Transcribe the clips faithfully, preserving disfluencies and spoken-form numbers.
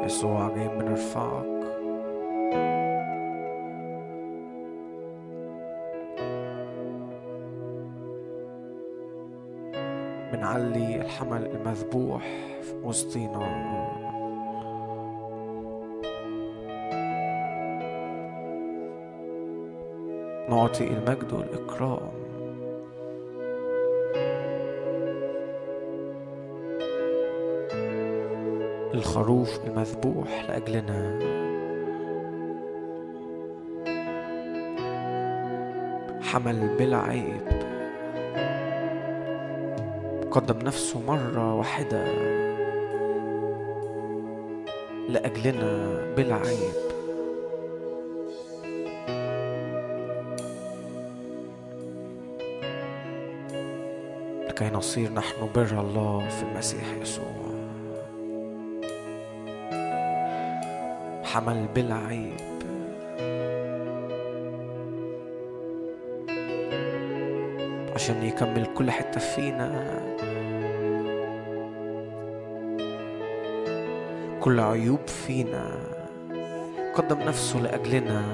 يسوع جاي بنرفعك. بنعلي الحمل المذبوح في وسطينا. نعطي المجد والإكرام للخروف المذبوح لأجلنا، حمل بلا عيب، قدم نفسه مرة واحدة لأجلنا بلا عيب، لكي نصير نحن بر الله في المسيح يسوع. حمل بلا عيب، عشان يكمل كل حتة فينا، كل عيوب فينا، قدم نفسه لأجلنا.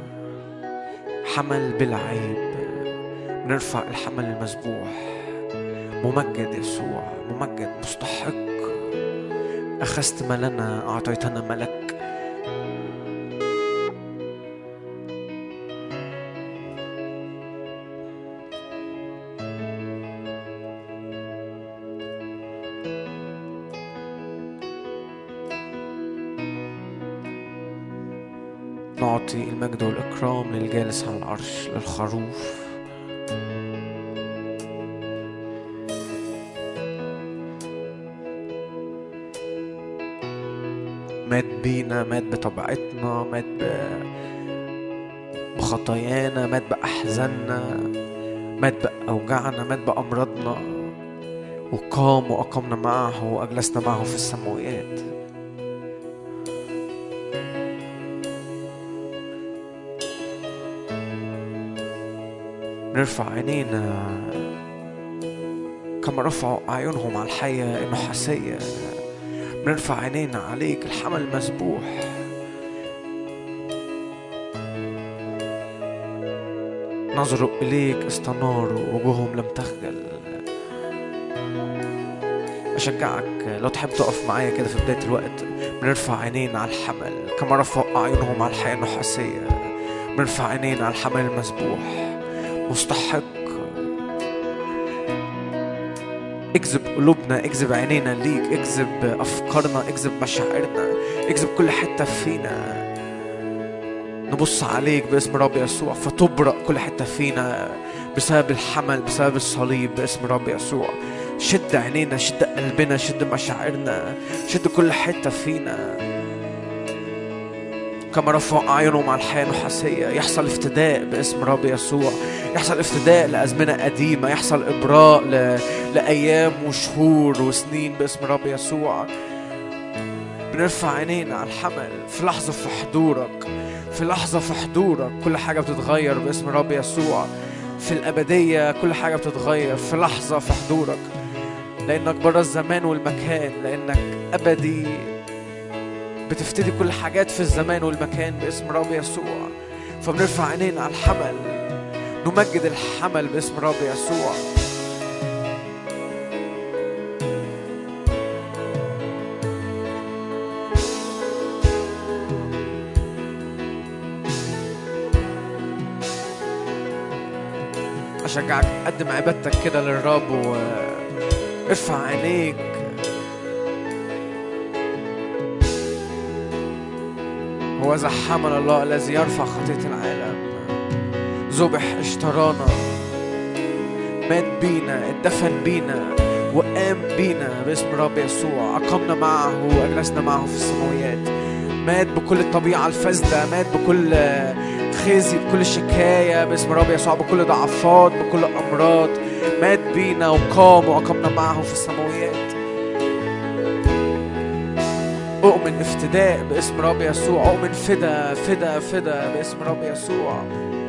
حمل بلا عيب، نرفع الحمل المذبوح. ممجد يسوع، ممجد، مستحق. أخذت ما لنا، أعطيتنا ملك. نعطي المجد والإكرام للجالس على العرش، للخروف. مات بينا، مات بطبيعتنا، مات بخطايانا، مات بأحزاننا، مات بأوجعنا، مات بأمراضنا، وقام وأقمنا معه وأجلسنا معه في السماويات. نرفع عينينا كما رفعوا أعينهم على الحية النحاسية. نرفع عينينا عليك، الحمل المذبوح. نظروا إليك استناروا، وجوههم لم تخجل. أشجعك لو تحب تقف معايا كده في بداية الوقت. بنرفع عينينا على الحمل كما رفعوا أعينهم على الحية النحاسية. بنرفع عينينا على الحمل المذبوح. مستحق. اكذب قلوبنا، اكذب عينينا ليك، اكذب أفكارنا، اكذب مشاعرنا، اكذب كل حتة فينا. نبص عليك باسم رب يسوع، فتبرأ كل حتة فينا بسبب الحمل، بسبب الصليب، باسم رب يسوع. شد عينينا، شد قلبنا، شد مشاعرنا، شد كل حتة فينا. كما رفعوا أعينهم على الحياة النحاسية، يحصل افتداء باسم رب يسوع. يحصل افتداء لأزمنة قديمة، يحصل إبراء ل... لأيام وشهور وسنين باسم رب يسوع. بنرفع عينينا على الحمل في لحظة في حضورك، في لحظة في حضورك كل حاجة بتتغير باسم رب يسوع. في الأبدية كل حاجة بتتغير في لحظة في حضورك، لأنك برا الزمان والمكان، لأنك أبدي. بتفتدي كل حاجات في الزمان والمكان باسم رب يسوع. فبنرفع عينينا على الحمل، نمجد الحمل باسم رب يسوع. أشجعك قدم عبادتك كده للرب وارفع عينيك. هو ذا حمل الله الذي يرفع خطية العالم، ذبح اشترانا، مات بينا، اتدفن بينا، وقام بينا باسم رب يسوع. أقمنا معه وأجلسنا معه في السماويات. مات بكل الطبيعة الفاسدة، مات بكل خزي، بكل شكاية باسم رب يسوع، بكل ضعفات، بكل أمراض. مات بينا وقام وأقمنا معه في السماويات. أؤمن افتداء باسم رب يسوع. أؤمن فدا فدا فدا باسم رب يسوع.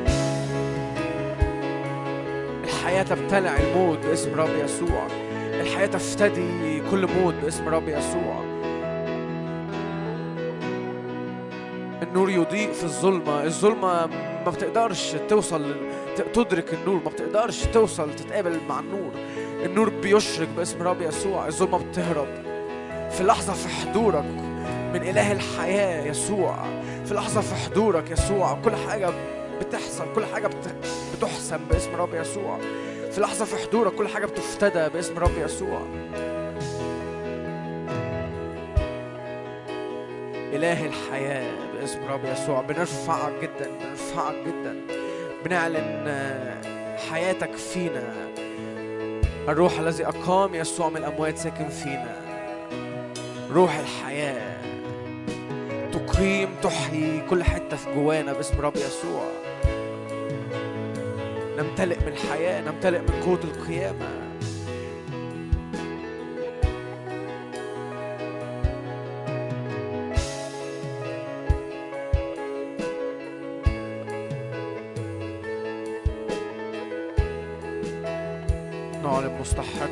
الحياة تبتلع الموت باسم رب يسوع. الحياة تفتدي كل موت باسم رب يسوع. النور يضيء في الظلمة. الظلمة ما بتقدرش توصل تدرك النور، ما بتقدرش توصل تتقابل مع النور. النور بيشرق باسم رب يسوع، الظلمة بتهرب. في لحظة في حضورك من إله الحياة يسوع، في لحظة في حضورك يسوع كل حاجة بتحصل، كل حاجة بتحسن باسم رب يسوع. في لحظة في حضورك كل حاجة بتفتدى باسم رب يسوع. إله الحياة باسم رب يسوع، بنرفعك جدا، بنرفعك جدا، بنعلن حياتك فينا. الروح الذي أقام يسوع من الأموات ساكن فينا. روح الحياة تقيم تحيي كل حتة في جوانا باسم رب يسوع. نمتلئ من الحياة، نمتلئ من قوة القيامة. نعلن مستحق.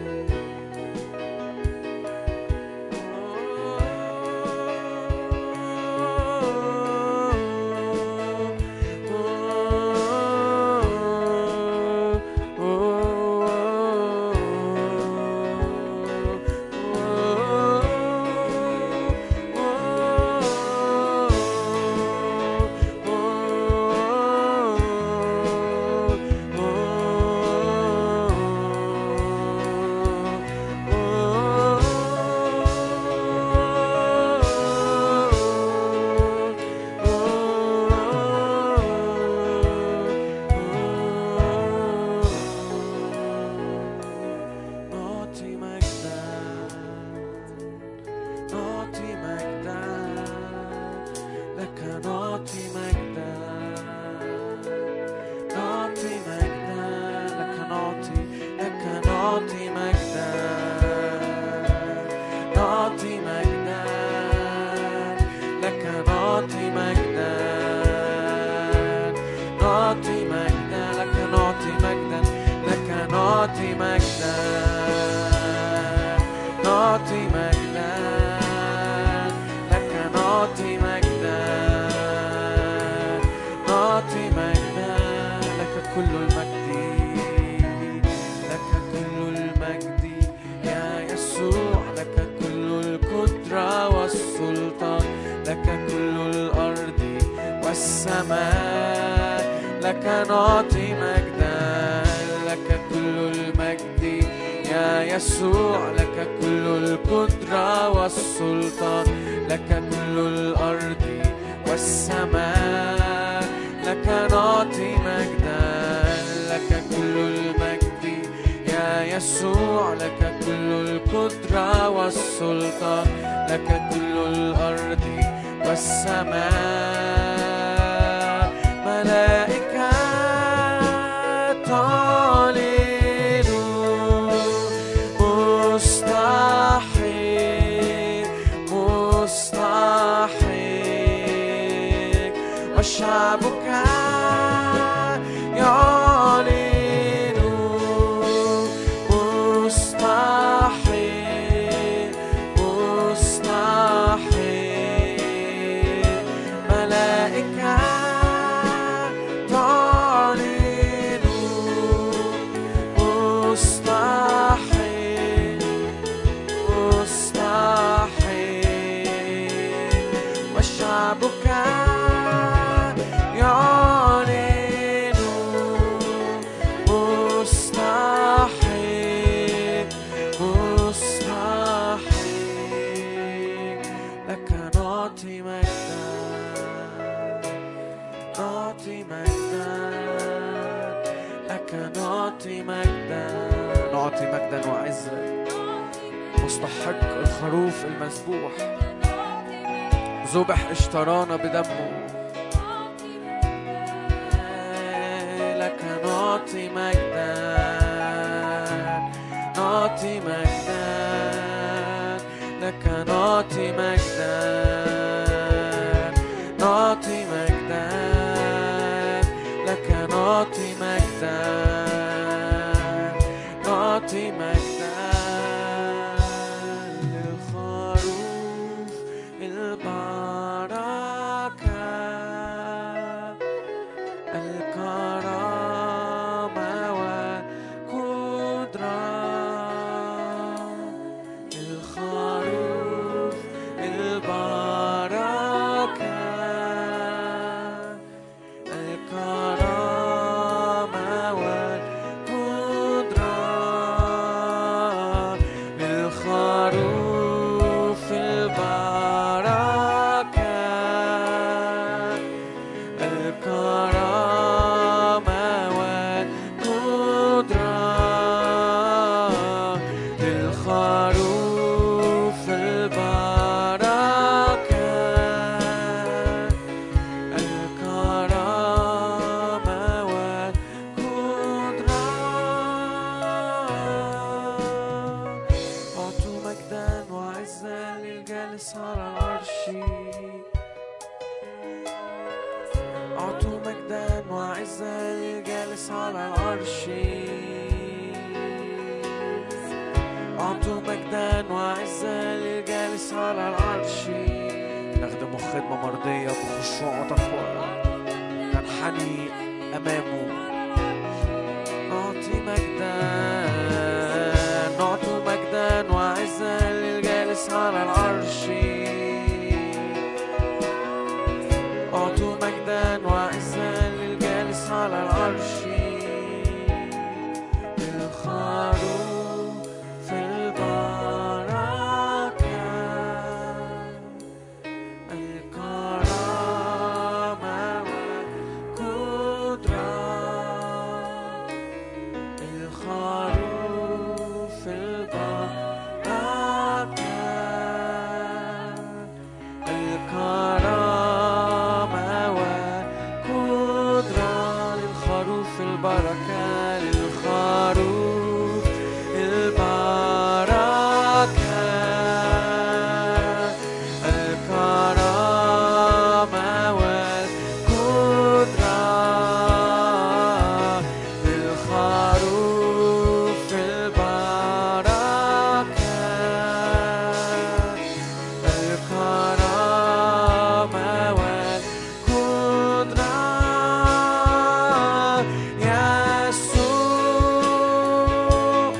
ذبح اشترانا بدمه، لك نعطي مجدا، نعطي مجدا، لك نعطي مجدا، نعطي مجدا، لك نعطي مجدا، نعطي مجدا. للخروف البركة للجالس على العرش. أعطوا مجدا وعزة للجالس على العرش. أعطوا مجدا وعزة للجالس على العرش. نخدم خدمة مرضية بخشوع وتقوى، ننحني أمامه، نعطي مجدا، نعطوا مجدا وعزة للجالس على العرش. أعطوا مجدا وعزة للجالس على العرش. الخروف في البركة، الكرامة والقدرة. الخروف في البركة، الكرامة والقدرة. للخروف البركة، للخروف البركة، الكرامة والقدرة. للخروف البركة، الكرامة والقدرة. يسوع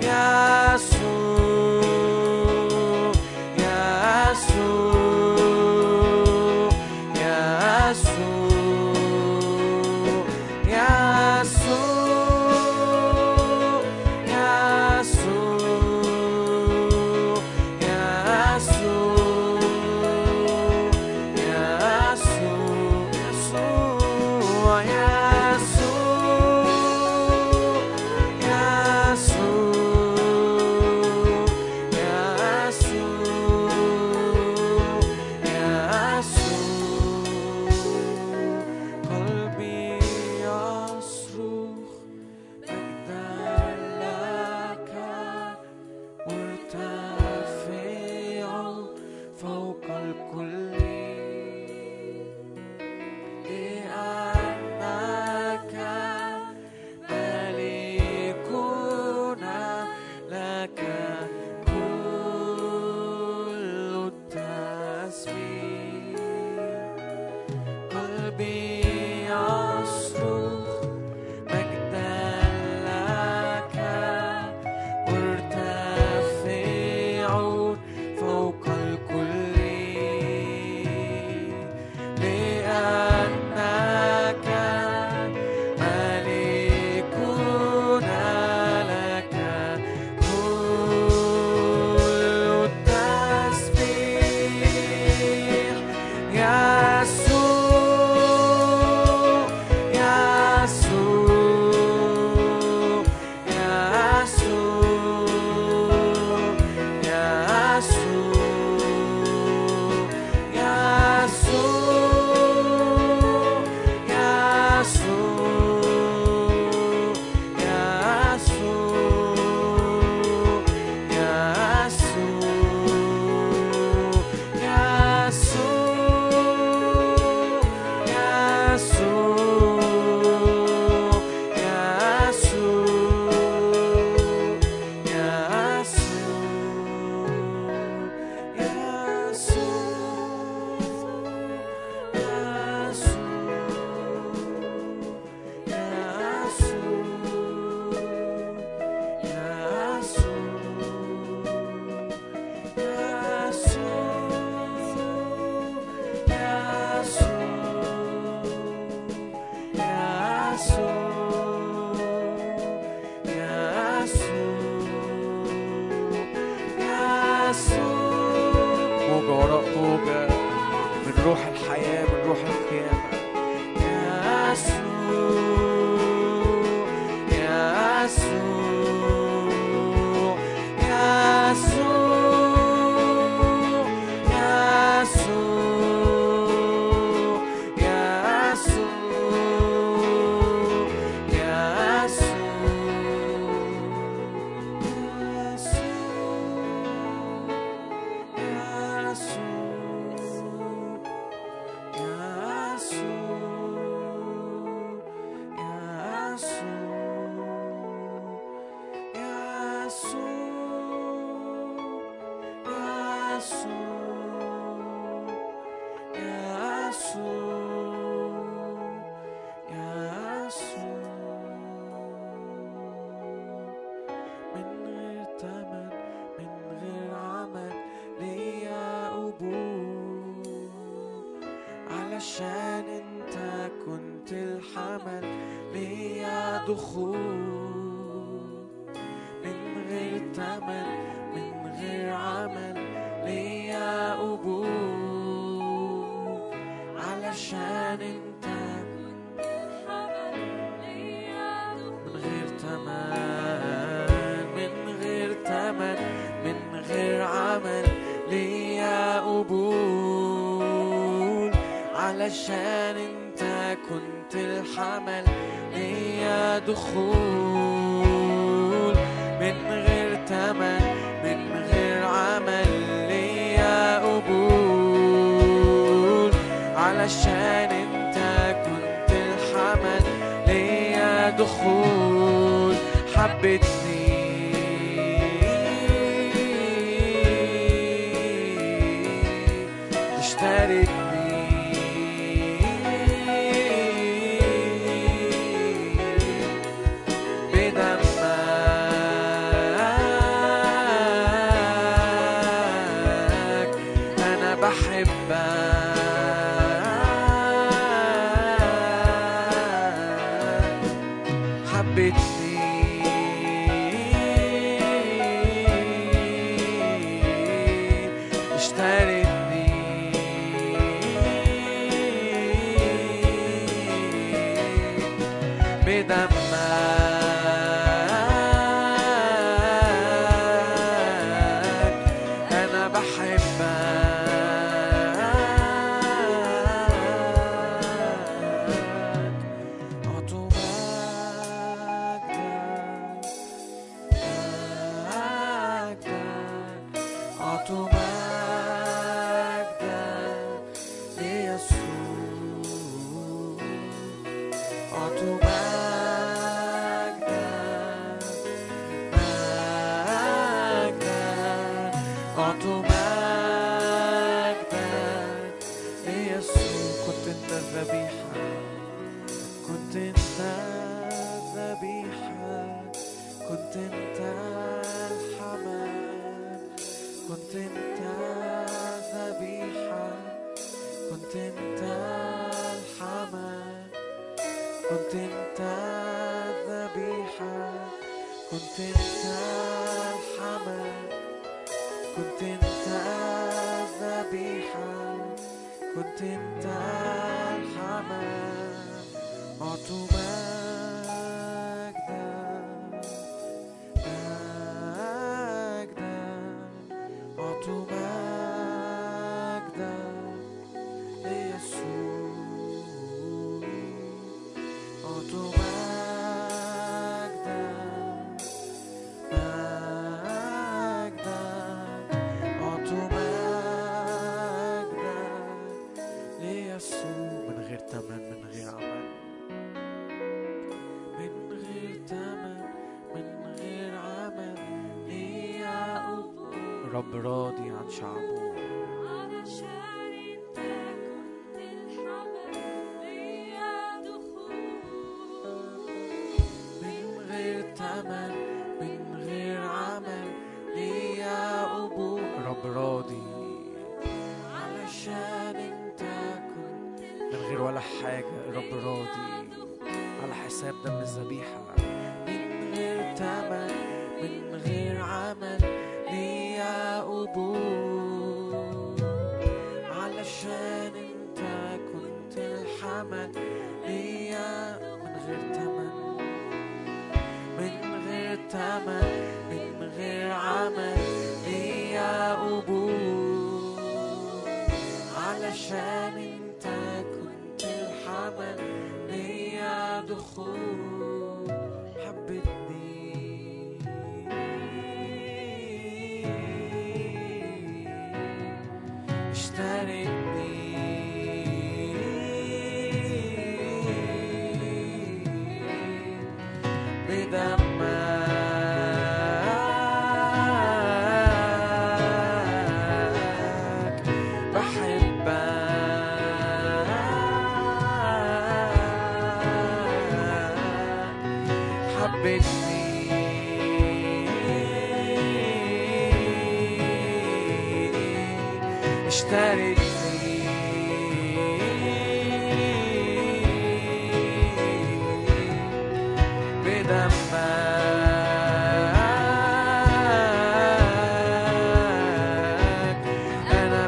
يسوع يسوع يسوع يسوع قلبي يصرخ مجدا لك، مرتفع فوق الكل، لأنك ملكنا، لك كل التسبيح. قلبي يصرخ مجدا لك، مرتفع فوق الكل، لأنك ملكنا، لك كل التسبيح. يسوع يسوع موجة وراء موجة من روح الحياة، من روح القيامة. يسوع يسوع يسوع يسوع يسوع دخول من غير تمن من غير عمل ليا قبول علشان انت كنت الحمل ليا دخول من غير تمن من غير تمن من غير عمل ليا قبول علشان انت كنت الحمل ليا دخول من غير تمن من غير عمل ليا قبول علشان انت كنت الحمل ليا دخول حبتني اشتريتني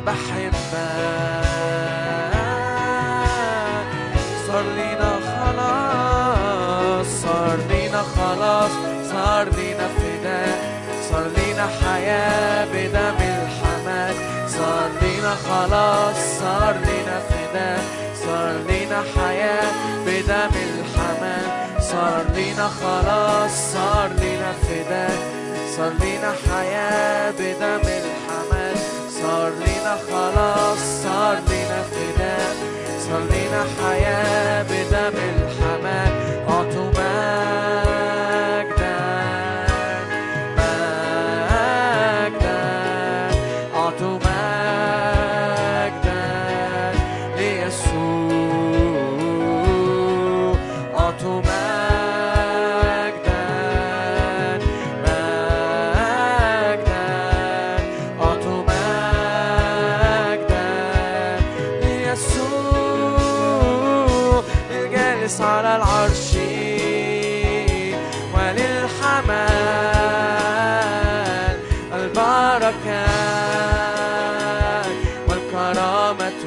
بحبك، صار لينا خلاص، صار لينا خلاص، صار لينا فداء، صار لينا حياة بدم الحمل، صار لينا خلاص، صار لينا فداء، صار لينا حياة بدم الحمل، صار لينا خلاص، صار لينا فداء، صار لينا حياة بدم الحمل، صار لينا خلاص، صار لينا فداء، صار لينا حياة بدم الحمل. أعطوا مجدا مجدا، أعطوا مجدا ليسوع، أعطوا مجدا مجدا، أعطوا مجدا ليسوع الجالس على العرش وللحمل البركة والكرامة،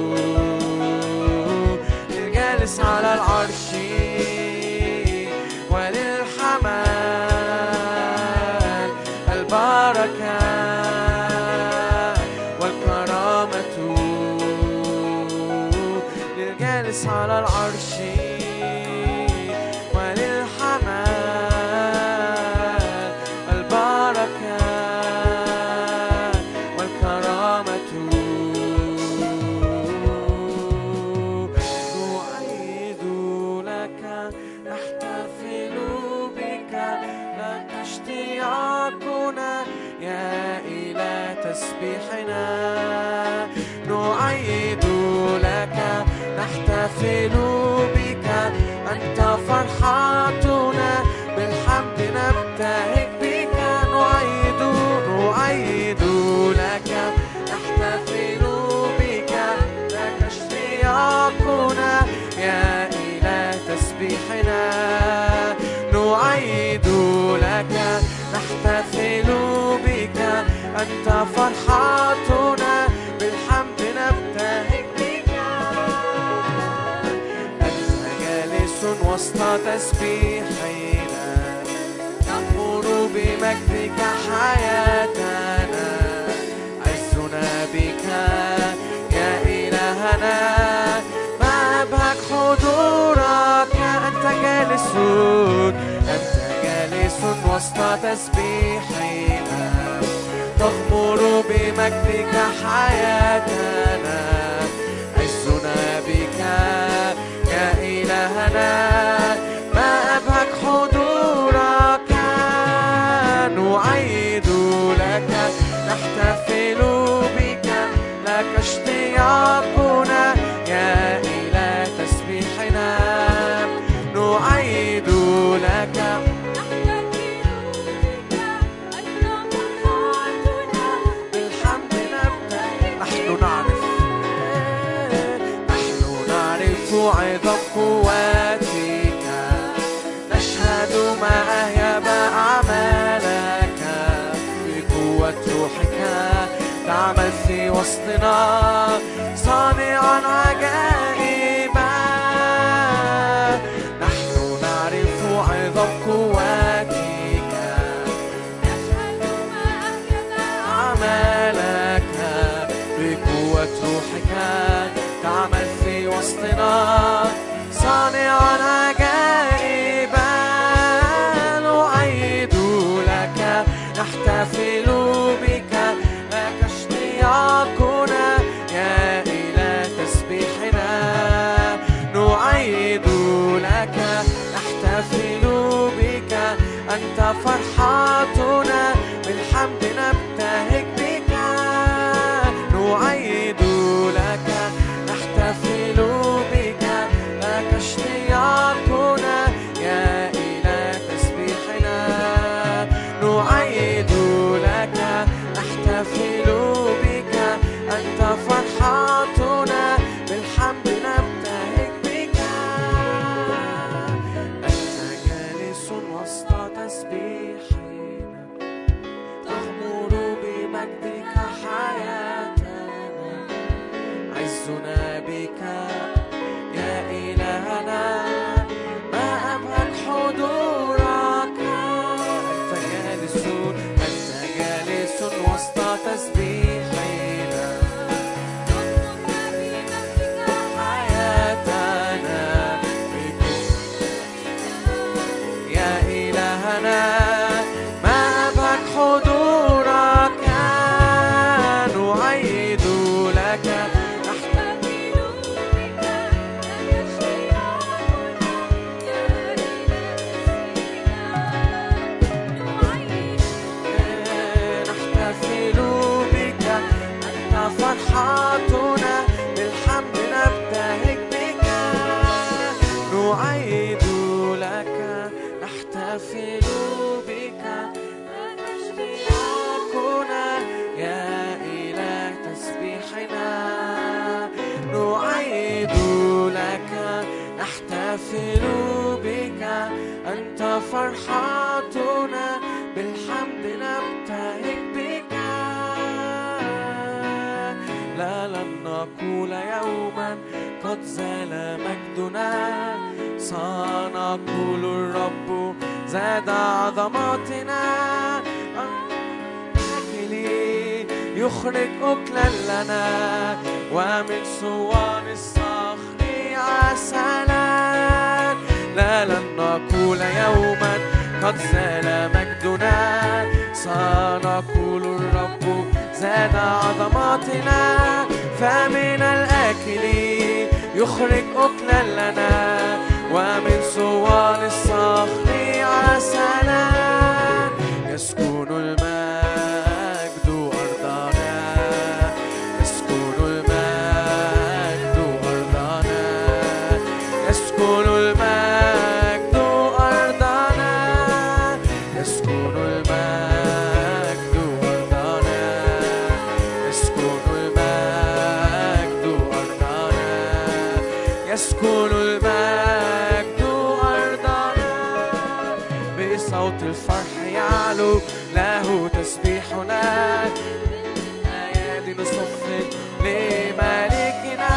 الجالس على العرش وللحمل البركة والكرامة، للجالس على العرش وللحمل البركة والكرامة. نعيد لك نحتفل بك، لك اشتياقنا يا إله تسبيحنا. نعيد لك نحتفل بك، أنت فرحتنا، بالحمد نبتهج بك. نعيد نعيد لك نحتفل بك، لك اشتياقنا يا إله تسبيحنا. نعيد لك نحتفل بك، أنت فرحتنا، بالحمد نبتهج بك. أنت جالس وسط تسبيحنا، نمر بمجدك حياتنا، عزنا بك يا إلهنا، ما أبهج حضورك. أنت جالس أنت جالس وسط تسبيحنا، تغمر بمجدك حياتنا، عزنا بك يا إلهنا، ما أبهج حضورك. نعيد لك نحتفل بك، لك اشتياقنا يا إله تسبيحنا. نعيد لك بالحمد نبتهج. نحن نعرف نحن نعرف عظم قوتك، نشهد ما أهيب أعمالك، بقوة روحك تعمل في وسطنا، صانعا عجائبا. نحن نعرف عظم قوتك، نشهد ما أهيب أعمالك، بقوة روحك تعمل في وسطنا، صانعا عجائبا. نعيد لك نحتفل بك، لك اشتياقنا يا إله تسبيحنا. نعيد لك نحتفل بك، أنت فرحتنا، بالحمد نبتهج بك. نعيد لك نحتفل بك، يعزنا بك يا إلهنا، ما أبهك حضورك. أنت جالس أنت جالس وسط تسبيحنا، حياتنا يا إلهنا، ما أبهك حضورك. نعيد لك نحتفل بك، أنت فرحتنا، بالحمد نبتهج بك. نعيد لك نحتفل بك، اشتياقنا يا إله تسبيحنا. نعيد لك نحتفل بك، أنت فرحتنا، بالحمد نبتهج بك. لا لن نقول يوما قد زال مجدنا، سنقول الرب زاد عظماتنا. أكلي يخرج أكلا لنا، ومن صوان الصخر عسلا. لا لن نقول يوما قد زال مجدنا، سنقول الرب زاد عظماتنا. فمن الآكل يخرج أكلا لنا، ومن صوان الصخر عسلا. يسكن المجد أرضنا، يسكن المجد أرضنا، يسكن المجد أرضنا، يسكن المجد أرضنا، يسكن المجد أرضنا، يسكن المجد أرضنا. بصوت الفرح يعلو له تسبيحنا، أيادي نصفق لملكنا.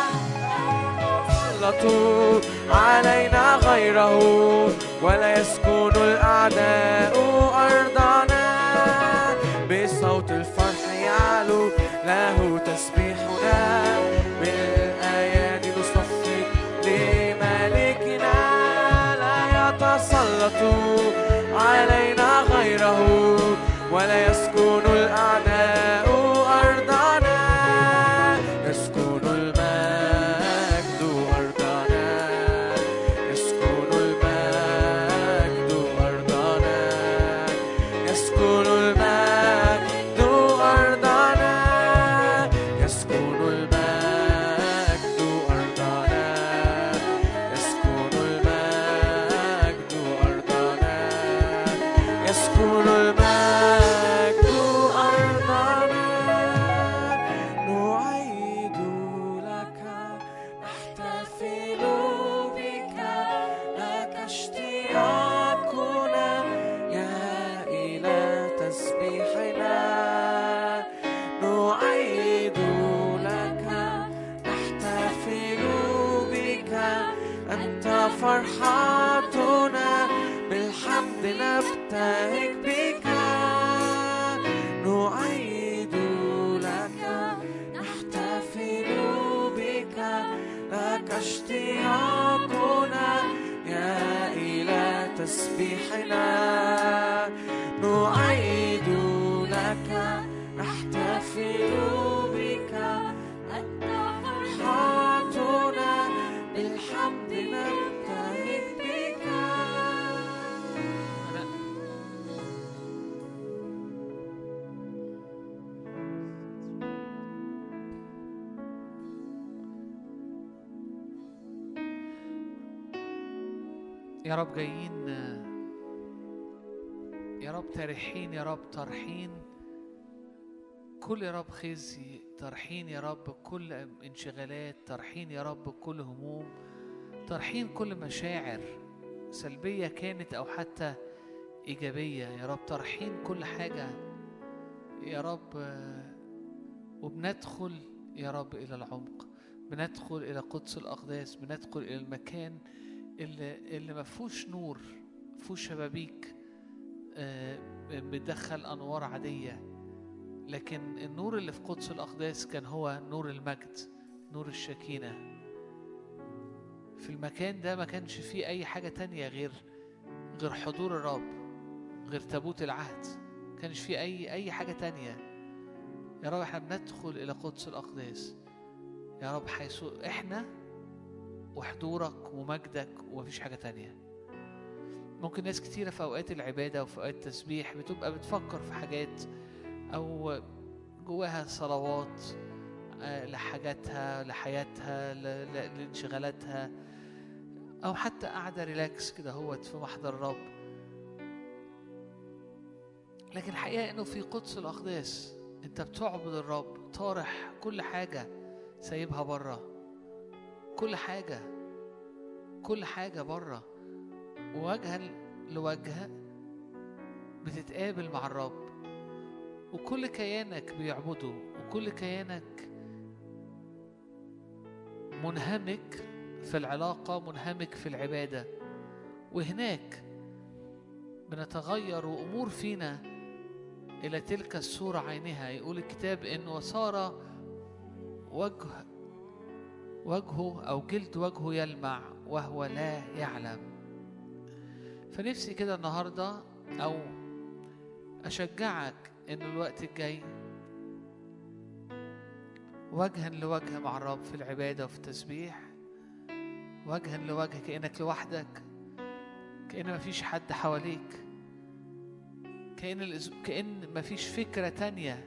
سلطوا علينا غيره، ولا يسكن الأعداء أرضنا. بصوت الفرح يعلو له تسبيحنا، بالأيادي نصفق لملكنا. لا يتسلط علينا غيره، ولا يسكن الأعداء أرضنا. يسكن المجد أرضنا، يسكن المجد أرضنا، يسكن المجد أرضنا، يسكن المجد أرضنا، يسكن المجد أرضنا، يسكن المجد أرضنا. نعيد لك نحتفل بك، لك اشتياقنا يا إله تسبيحنا. نعيد لك نحتفل بك، أنت فرحتنا، بالحمد نبتهج بك. نعيد لك نحتفل بك، لك اشتياقنا يا إله تسبيحنا. نعيد لك نحتفل بك، أنت فرحتنا، بالحمد نبتهج بك. يا رب جايين يا رب تارحين، يا رب طرحين كل يا رب خزي، طرحين يا رب كل انشغالات، طرحين يا رب كل هموم، طرحين كل مشاعر سلبية كانت أو حتى إيجابية يا رب، طرحين كل حاجة يا رب، وبندخل يا رب إلى العمق، بندخل إلى قدس الأقداس، بندخل إلى المكان اللي, اللي ما فيهوش نور، ما فيهوش شبابيك آه بتدخل أنوار عادية، لكن النور اللي في قدس الأقداس كان هو نور المجد، نور الشكينة. في المكان ده ما كانش فيه أي حاجة تانية غير غير حضور الرب، غير تابوت العهد، ما كانش فيه أي أي حاجة تانية. يا رب احنا بندخل إلى قدس الأقداس يا رب، حيث احنا وحضورك ومجدك ومفيش حاجة تانية. ممكن ناس كتيرة في أوقات العبادة وفي أوقات التسبيح بتبقى بتفكر في حاجات أو جواها صلوات لحاجاتها، لحياتها، لانشغالاتها، أو حتى قاعدة ريلاكس كده هوت في محضر الرب. لكن الحقيقة إنه في قدس الأقداس أنت بتعبد الرب، طارح كل حاجة، سايبها برا، كل حاجة كل حاجة برا، ووجها لوجه بتتقابل مع الرب، وكل كيانك بيعبده، وكل كيانك منهمك في العلاقة، منهمك في العبادة. وهناك بنتغير وأمور فينا إلى تلك الصورة عينها. يقول الكتاب إنه صار وجه وجهه أو جلد وجهه يلمع وهو لا يعلم. فنفسي كده النهاردة أو أشجعك إن الوقت الجاي وجها لوجه مع الرب في العبادة وفي التسبيح، وجها لوجه، كأنك لوحدك، كأن مفيش حد حواليك، كأن الأز... كأن مفيش فكرة تانية،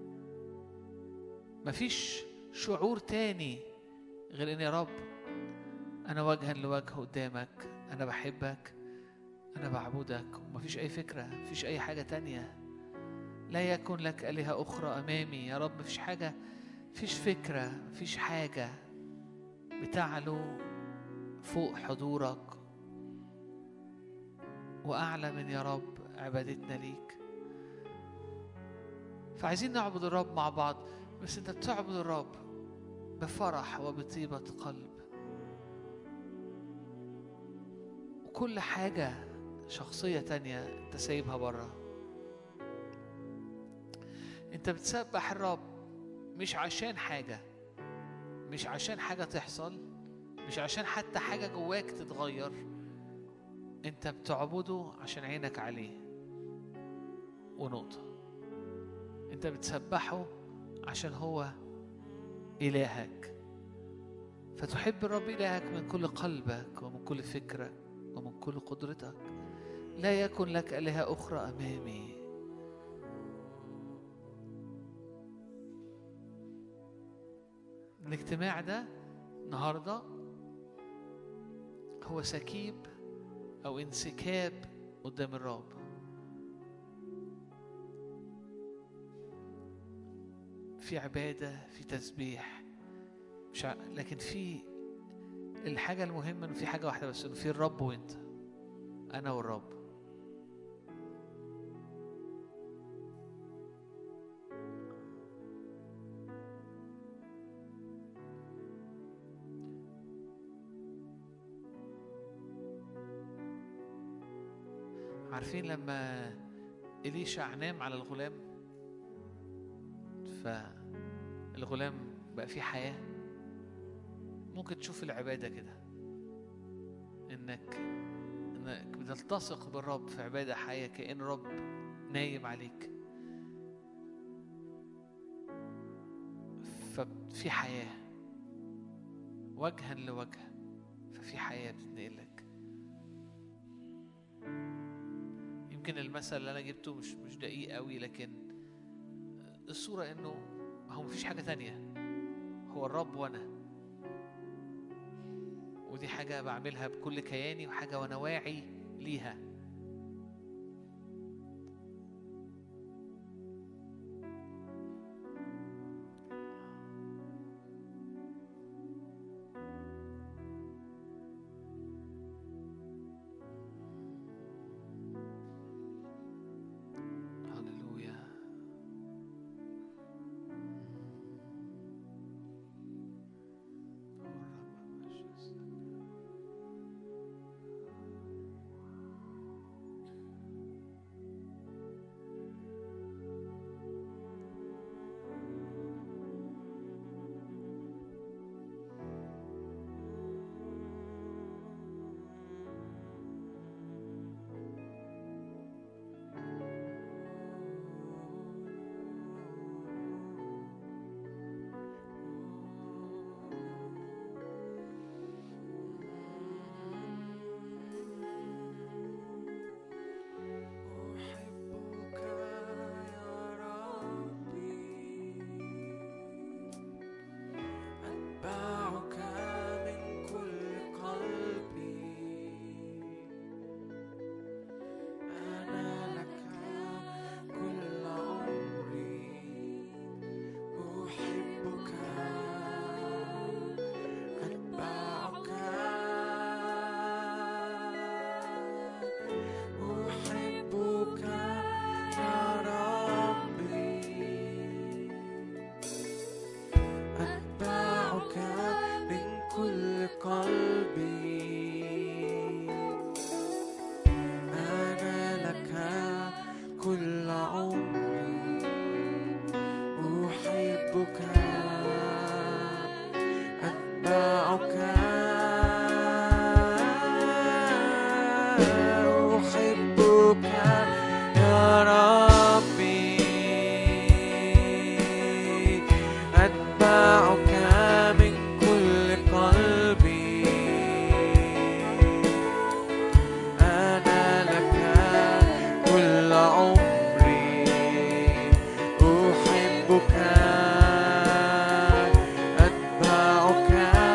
مفيش شعور تاني غير إن يا رب أنا وجها لوجه قدامك، أنا بحبك، أنا بعبدك، ومفيش أي فكرة، مفيش أي حاجة تانية. لا يكن لك آلهة أخرى أمامي يا رب. مفيش حاجة، مفيش فكرة، مفيش حاجة بتعلو فوق حضورك وأعلى من يا رب عبادتنا ليك. فعايزين نعبد الرب مع بعض، بس أنت بتعبد الرب بفرح وبطيبة قلب، وكل حاجة شخصية تانية أنت سايبها برا. أنت بتسبح الرب مش عشان حاجة، مش عشان حاجة تحصل، مش عشان حتى حاجة جواك تتغير. أنت بتعبده عشان عينك عليه ونقطة. أنت بتسبحه عشان هو إلهك، فتحب الرب إلهك من كل قلبك ومن كل فكرك ومن كل قدرتك. لا يكن لك آلهة أخرى أمامي. الاجتماع ده النهاردة هو سكيب أو انسكاب قدام الرب. في عبادة، في تسبيح، مش ع... لكن في الحاجة المهمة إنه في حاجة واحدة بس، إنه في الرب وأنت، أنا والرب. عارفين لما إليشع نام على الغلام فالغلام بقى فيه حياة؟ ممكن تشوف العبادة كده، إنك إنك بتلتصق بالرب في عبادة حياة، كأن الرب نايم عليك، ففي حياة وجها لوجه، ففي حياة بتنقلك. يمكن المثل اللي أنا جبته مش مش دقيق قوي، لكن الصورة إنه هو مفيش حاجة تانية، هو الرب وأنا. ودي حاجة بعملها بكل كياني، وحاجة وأنا واعي ليها. أتبعك أحبك يا ربي أتبعك من كل قلبي أنا لك كل عمري أحبك أتبعك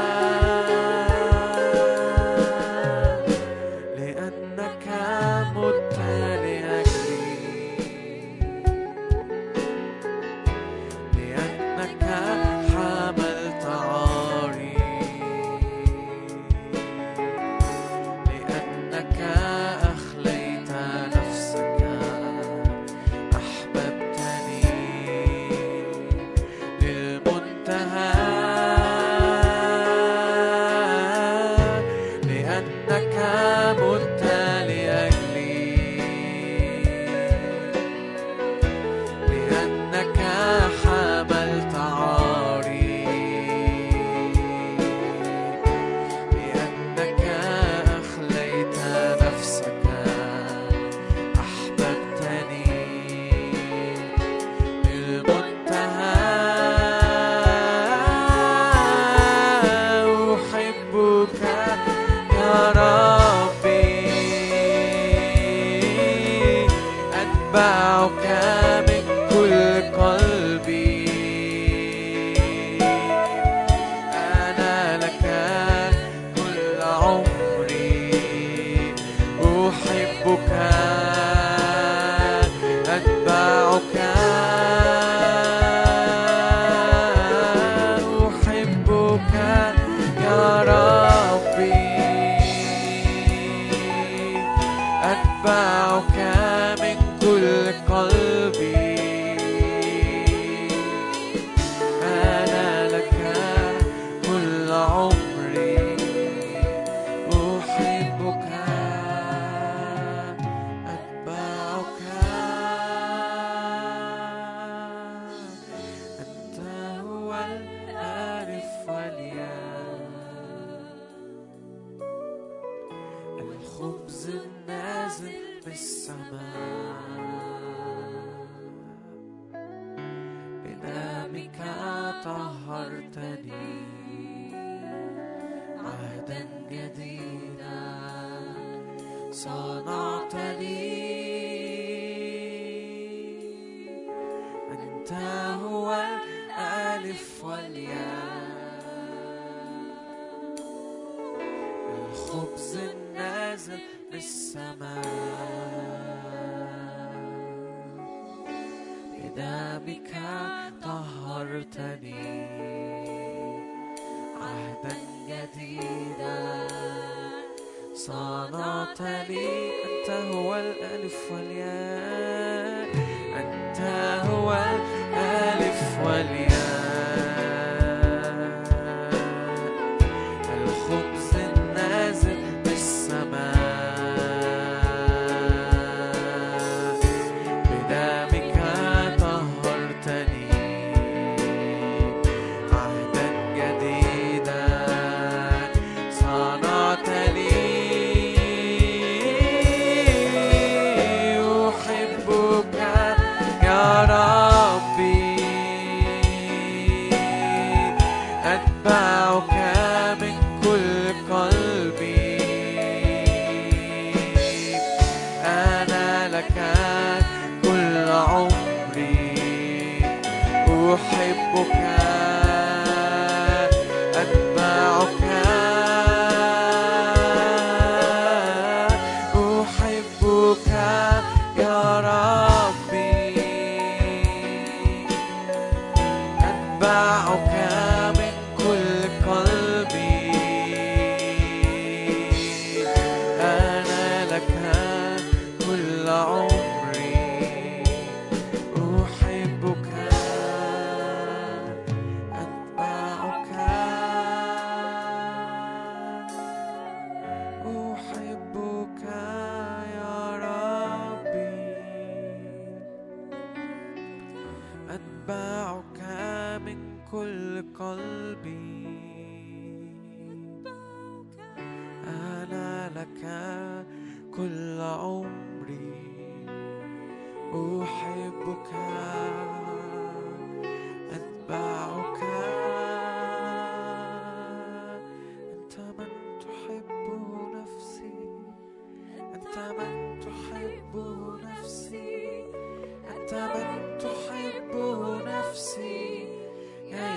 لأنك مت لأجلي لأنك حملت عاري لأنك أخليت نفسك أحببتني للمنتهى لأنك مت لأجلي لأنك حملت عاري لأنك أخليت نفسك أحببتني للمنتهى أحبك يا ربي أتبعك من كل قلبي أنا لك كل عمري أحبك أتبعك أحبك يا ربي أتبعك من كل قلبي أنا لك كل عمري أحبك أتبعك أنت هو الألف والياء الخبز النازل بالسماء بدمك طهرتني عهدا جديدا صنعت لي أنت هو الألف والياء الخبز النازل بالسماء بدمك طهرتني عهدا جديدا صنعت لي أنت هو الألف والياء أنت هو الألف والياء الخبز النازل بالسماء بدمك طهرتني عهدا جديدا صنعت لي أحبك يا ربي أتبعك من كل قلبي أنا لك كل عمري أحبك أتبعك أحبك يا ربي أتبعك من كل قلبي أنا لك كل عمري أحبك أتبعك أحبك يا ربي أتبعك من كل قلبي عمري أحبك أتبعك أنت من تحب نفسي أنت من تحب نفسي أنت من تحب نفسي يا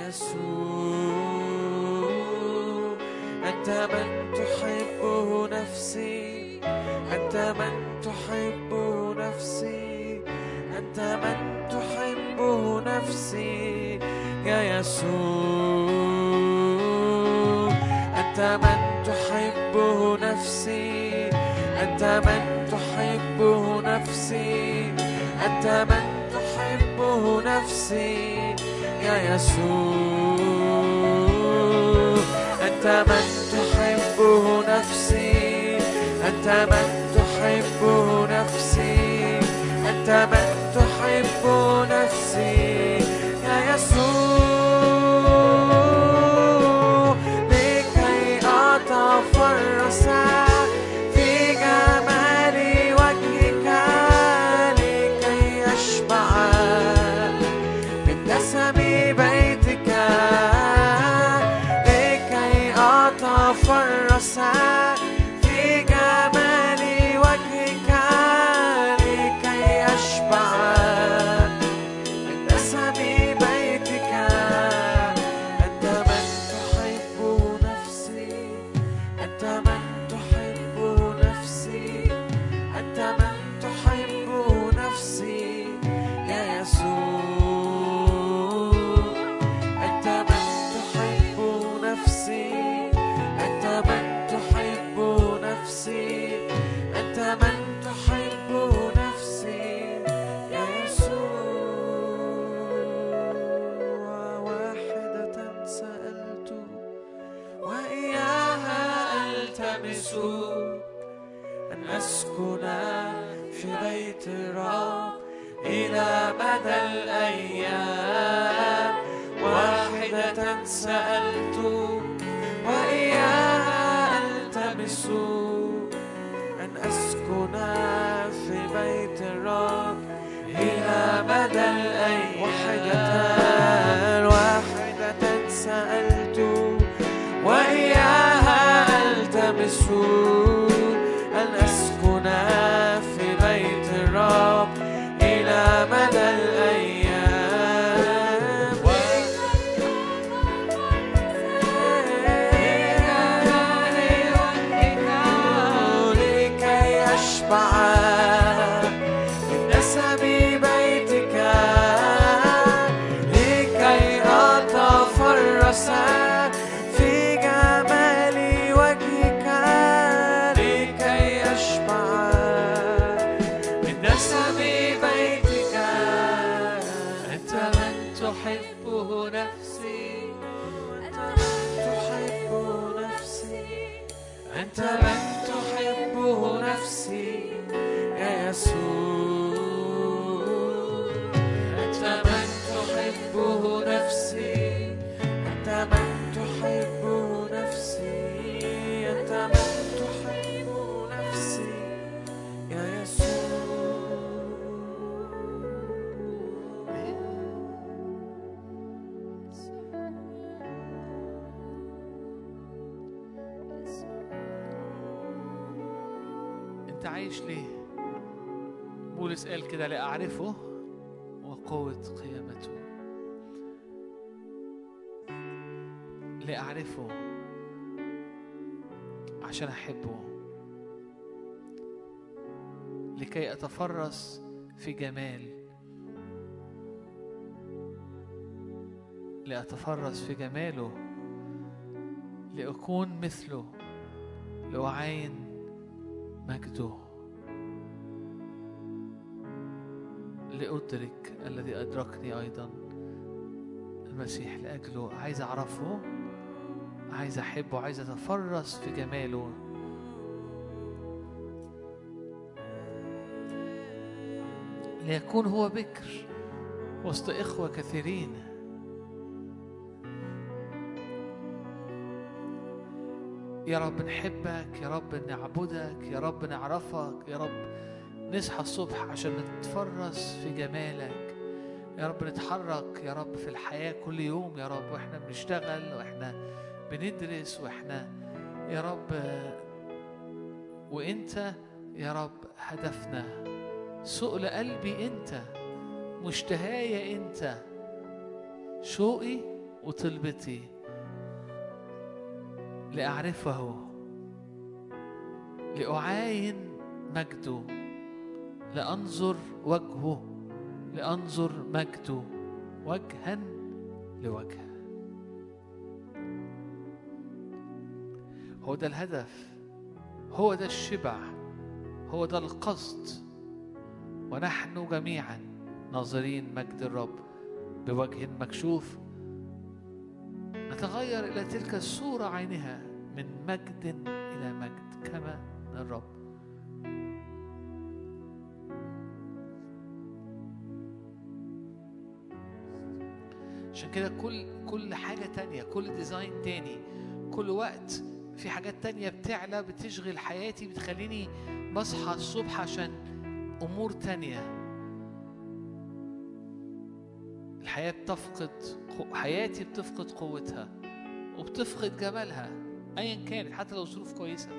يسوع أنت من تحب نفسي أنت من تحب نفسي أنت من تحب نفسي يا يسوع أنت من تحب نفسي أنت من تحب نفسي أنت من تحب نفسي يا يسوع أنت من تحب نفسي أنت من تحب نفسي أنت من تحب نفسي يا يسوع لكي أتفرس في جمال وجهك لكي أشبع من دسم بيتك لكي أتفرس في جمال وجهك لكي أشبع من دسم بيتك أنت من تحب نفسي أنت من تحب نفسي أنت من تحب نفسي يا يسوع أنت من تحب نفسي أنت من تحب نفسي أنت من تحب نفسي يا يسوع واحدة سألت وإياها ألتمس أن أسكن في بيت الرب إلى مدى الأيام واحدة سألت وإياها ألتمس أن أسكن في بيت الرب إلى مدى الأيام واحدة واحدة سألت وإياها ألتمس أن أسكن في بيت الرب إلى مدى الأيام لكي أشبع من دسم بيتك لكي أتفرس في جمال وجهك لكي أشبع من دسم بيتك أنت من تحب نفسي أنت من تحب نفسي أنت من تحب نفسي يا يسوع أنت من تحب نفسي أنت من تحب نفسي أنت من تحب نفسي يا يسوع انت عايش ليه؟ بولس قال كده لأعرفه وقوة قيامته لأعرفه عشان أحبه لكي أتفرس في جمال لأتفرس في جماله لأكون مثله لأعاين مجده لأدرك الذي أدركني أيضا المسيح لأجله عايز أعرفه عايز أحبه عايز أتفرس في جماله ليكون هو بكر وسط إخوة كثيرين يا رب نحبك، يا رب نعبدك، يا رب نعرفك، يا رب نصحى الصبح عشان نتفرس في جمالك، يا رب نتحرك يا رب في الحياة كل يوم يا رب، واحنا بنشتغل واحنا بندرس واحنا يا رب، وانت يا رب هدفنا، سؤل قلبي انت، مشتهايا انت، شوقي وطلبتي لأعرفه، لأعاين مجده، لأنظر وجهه، لأنظر مجده وجها لوجه. هو ده الهدف، هو ده الشبع، هو ده القصد، ونحن جميعا ناظرين مجد الرب بوجه مكشوف نتغير إلى تلك الصورة عينها من مجد إلى مجد كما الرب. عشان كده كل كل حاجة تانية، كل ديزاين تاني، كل وقت في حاجات تانية بتعلى بتشغل حياتي، بتخليني بصحى الصبح عشان أمور تانية. الحياة بتفقد، حياتي بتفقد قوتها وبتفقد جمالها أيا كانت، حتى لو ظروف كويسة.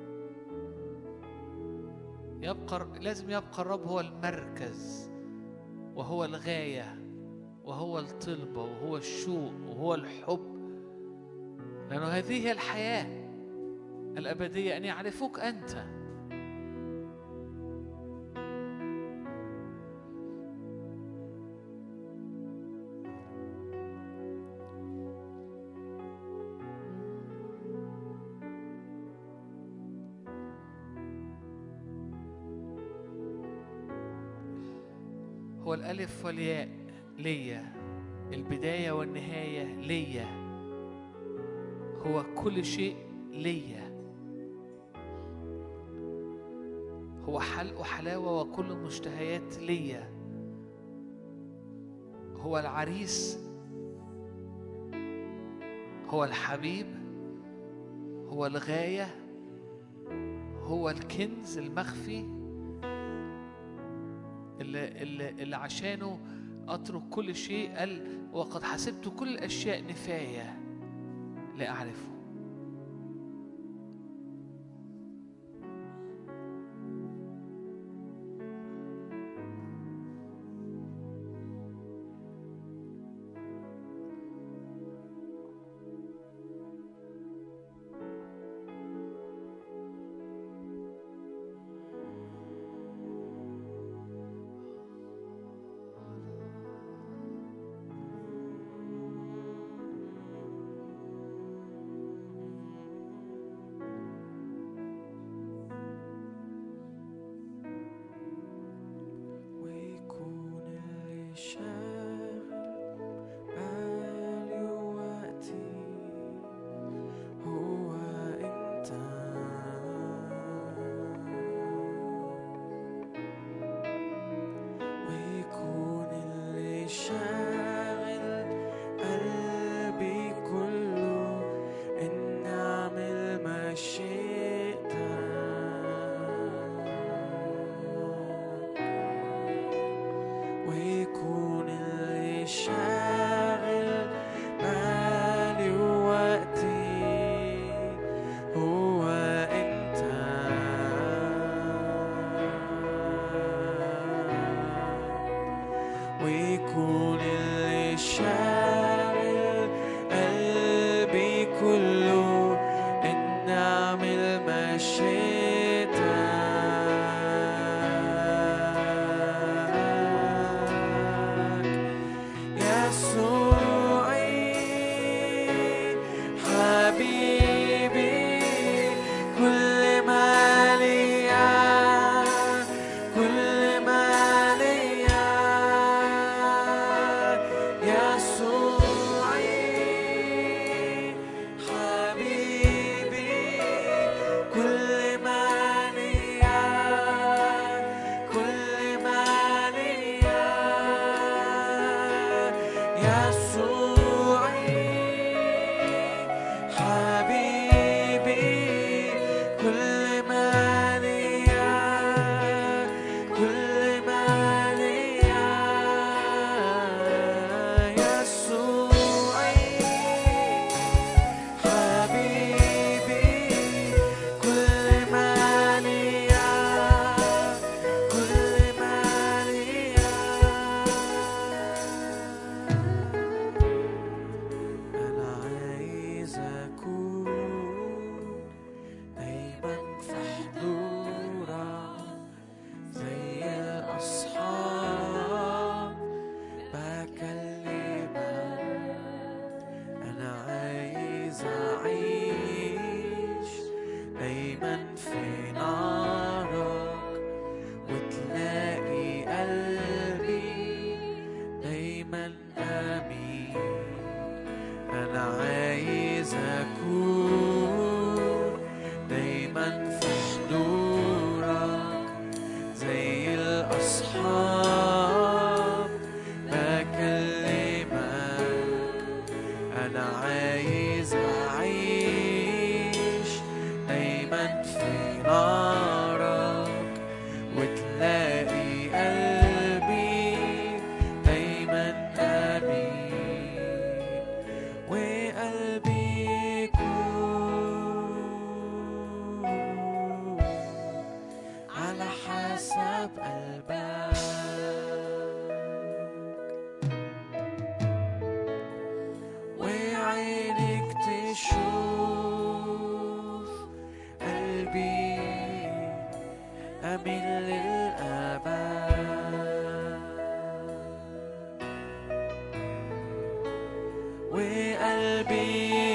يبقى لازم يبقى الرب هو المركز وهو الغاية وهو الطلبة وهو الشوق وهو الحب، لأنه هذه هي الحياة الأبدية، أن يعرفوك أنت. هو الألف والياء ليا، البداية والنهاية ليا، هو كل شيء ليا، هو حلق وحلاوة وكل مشتهيات ليا، هو العريس، هو الحبيب، هو الغاية، هو الكنز المخفي اللي, اللي, اللي عشانه أترك كل شيء. قال وقد حسبت كل الأشياء نفاية لأعرفه. أعيش دايما في نارك، وتلاقي قلبي دايما أمين. أنا عايز أكون دايما في حضورك زي الأصحاب بكلمك. أنا عايز أعيش دايما في نارك، وتلاقي قلبي دايما أمين، وقلبي يكون على حسب قلبك، وعينك تشوف قلبي أمين للأبد، وقلبي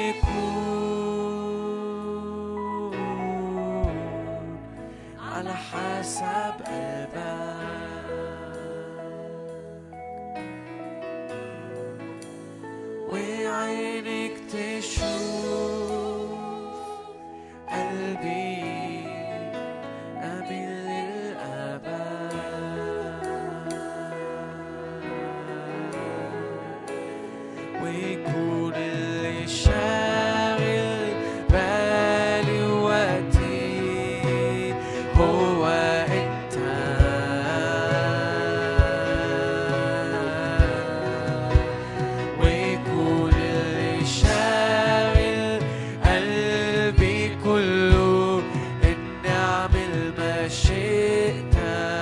يكون على حسب قلبك، وعينك تشوف قلبي أمين للأبد، ويكون اللي شاغل بالي وقتي هو أنت، ويكون اللي شاغل قلبي كله إني أعمل مشيئتك،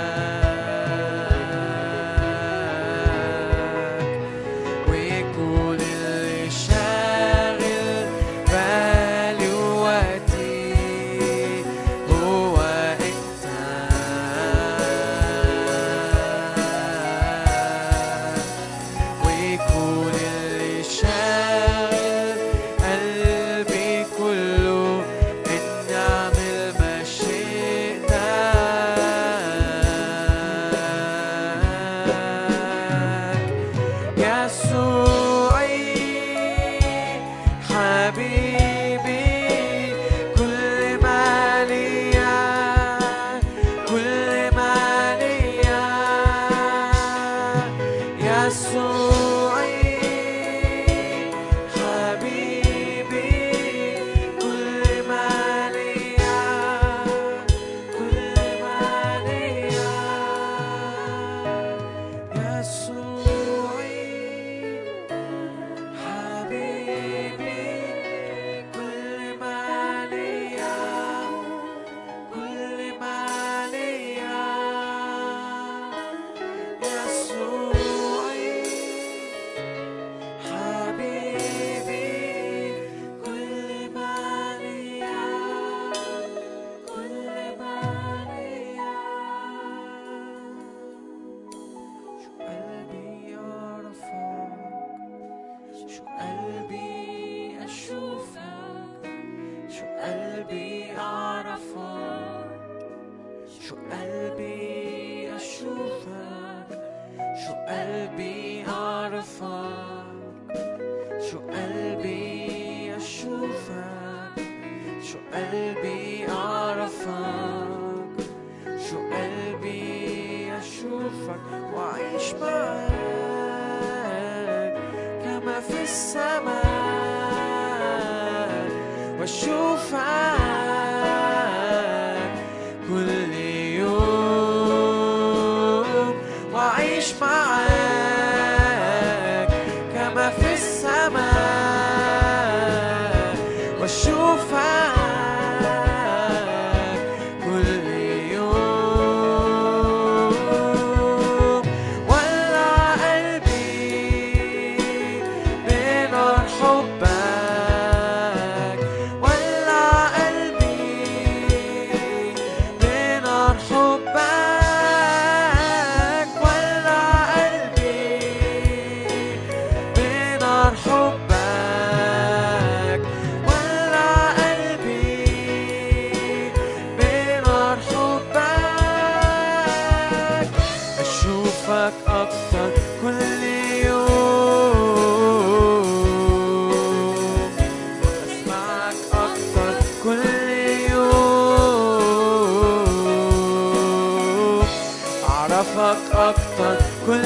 ويكون اللي شاغل بالي وقتي هو أنت، ويكون اللي شاغل قلبي كله إني أعمل مشيئتك. يسوعي حبيبي كل ما ليا، كل ما ليا، يسوعي حبيبي كل ما ليا، كل ما ليا، يسوعي حبيبي كل ما ليا، كل ما ليا، يسوعي حبيبي كل ما ليا، كل ما ليا. شو قلبي يعرفك، شو قلبي أشوفك، شو قلبي أعرفك، شو قلبي أشوفك، شو قلبي أعرفك، شو قلبي أشوفك، شو قلبي أعرفك، شو قلبي أشوفك، وأعيش معاك كما في السماء، وأشوفك كل يوم، وأعيش معاك كما في السماء، وأشوفك كل يوم. ولع قلبي بنار حبك، ولع قلبي بنار حبك، ولع قلبي بنار حبك، ولع بحبك أكتر كل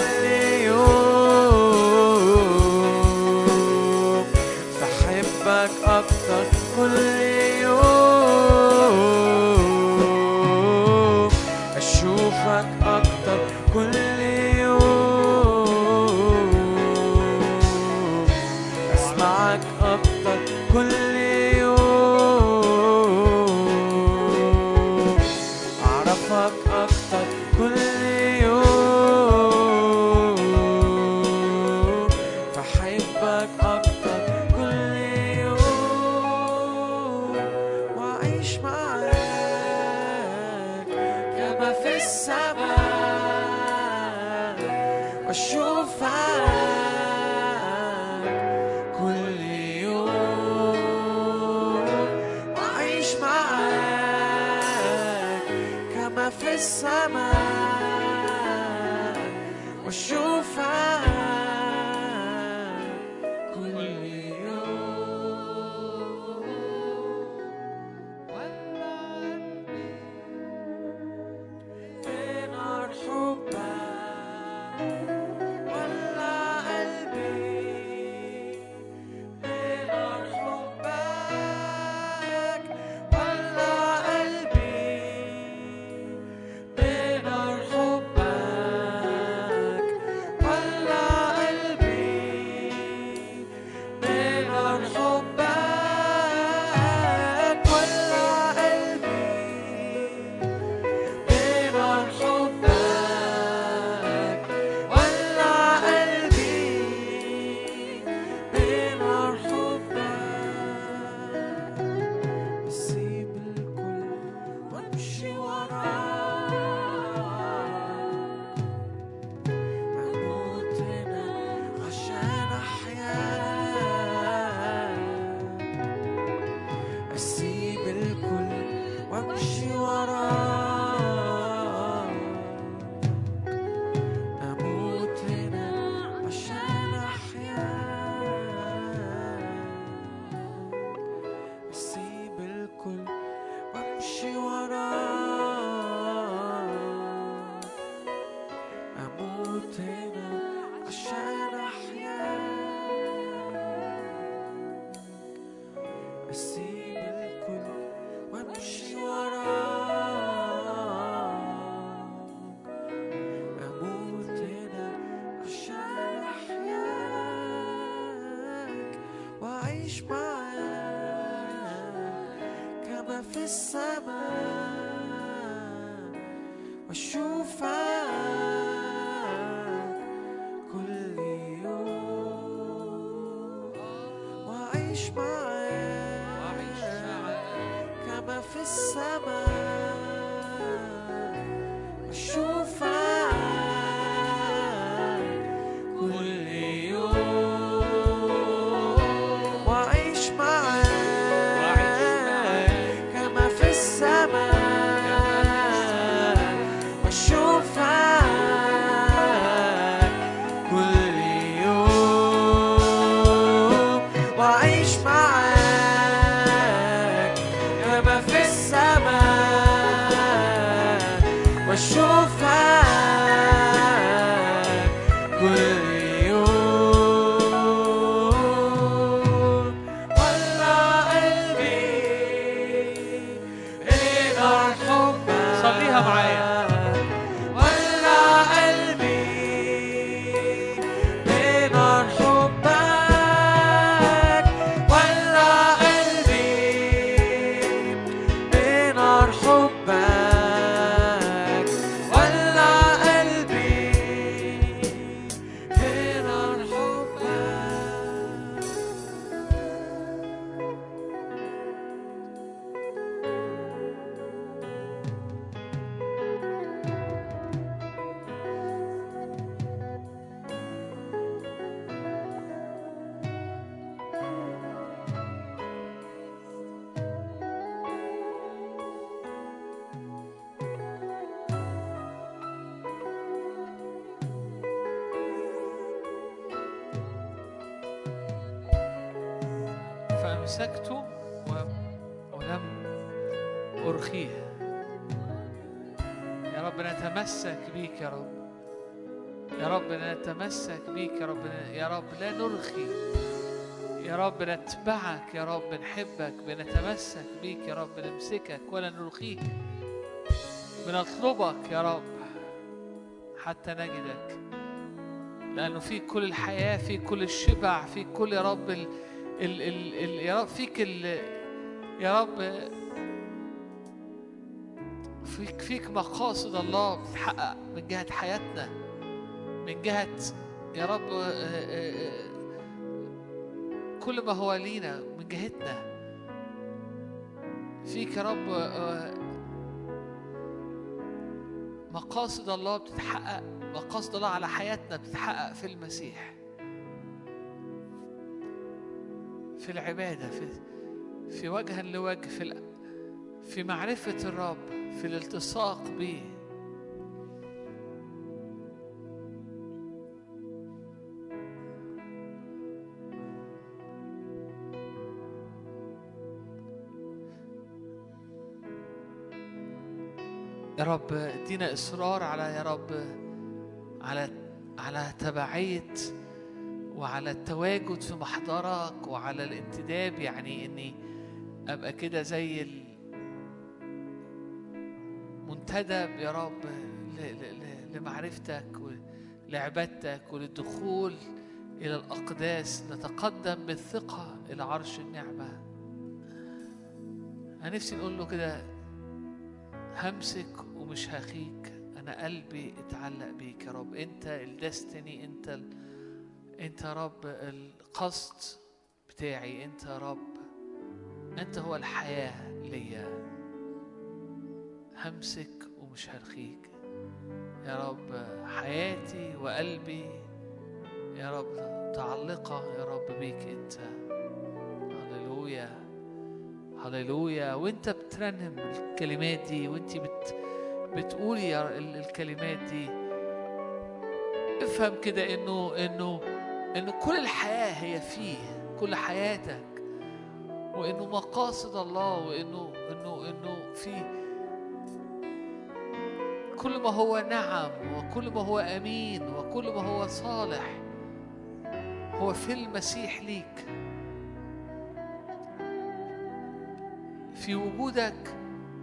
يوم، بحبك أكتر كل يوم، أشوفك أكتر كل يوم، أسمعك أكتر كل يوم، أعرفك أكتر كل يوم، بحبك أكتر كل يوم، وأعيش معاك كما في السماء، وأشوفك كل يوم، وأعيش معاك كما في السماء، وأشوفك كل يوم. ولع قلبي بنار حبك، ولع قلبي بنار حبك، ولع قلبي بنار حبك، ولع قلبي بنار حبك، ولع قلبي بنار حبك، ولع قلبي بنار حبك، أسيب الكل وأمشي وراك، أموت هنا عشان أحياك، أسيب الكل وأمشي وراك، أموت هنا عشان أحياك، أسيب الكل وأمشي وراك، أموت هنا عشان أحياك، أسيب الكل وأمشي وراك، أموت هنا عشان أحياك، وأعيش معاك كما في السماء، وأشوفك كل يوم، وأعيش معاك كما في السماء، وأشوفك كل يوم، وأعيش معاك كما في السماء، وأشوفك كل يوم، وأعيش معاك كما في السماء، وأشوفك كل يوم، ولع قلبي بنار حبك. صليها معايا. ولع قلبي بنار حبك، ولع قلبي بنار حبك، ولع قلبي بنار حبك. فأمسكته و- ولم أرخيه. يا رب نتمسك بيك يا رب، يا رب نتمسك بيك يا رب، يا رب لا نرخي، يا رب نتبعك يا رب، نحبك، بنتمسك بيك يا رب، نمسكك ولا نرخيك، بنطلبك يا رب حتى نجدك، لأنه فيك كل الحياة، فيك كل الشبع، فيك كل يا رب ال ال ال ال يا رب فيك ال يا رب فيك فيك مقاصد الله بتتحقق من جهة حياتنا، من جهة يا رب كل ما هو لينا من جهتنا. فيك يا رب مقاصد الله بتتحقق، مقاصد الله على حياتنا بتتحقق في المسيح، في العبادة، في في وجها لوجه، في في معرفة الرب، في الالتصاق به. يا رب ادينا إصرار على يا رب على على تبعية وعلى التواجد في محضرك وعلى الانتداب، يعني إني أبقى كده زي المنتدب يا رب لمعرفتك ولعبادتك وللدخول إلى الأقداس، نتقدم بالثقة إلى عرش النعمة. أنا نفسي نقول له كده: همسك ومش هخيك، أنا قلبي اتعلق بيك يا رب، أنت الدستني، أنت ال... أنت يا رب القصد بتاعي، أنت يا رب، أنت هو الحياة ليا. همسك ومش هرخيك يا رب، حياتي وقلبي يا رب متعلقة يا رب بيك أنت. هللويا هللويا. وانت بترنم الكلمات دي وانت بت بتقولي يا الكلمات دي، افهم كده انه انه انه كل الحياة هي فيه، كل حياتك، وانه مقاصد الله، وانه انه انه في كل ما هو نعم، وكل ما هو امين، وكل ما هو صالح هو في المسيح ليك، في وجودك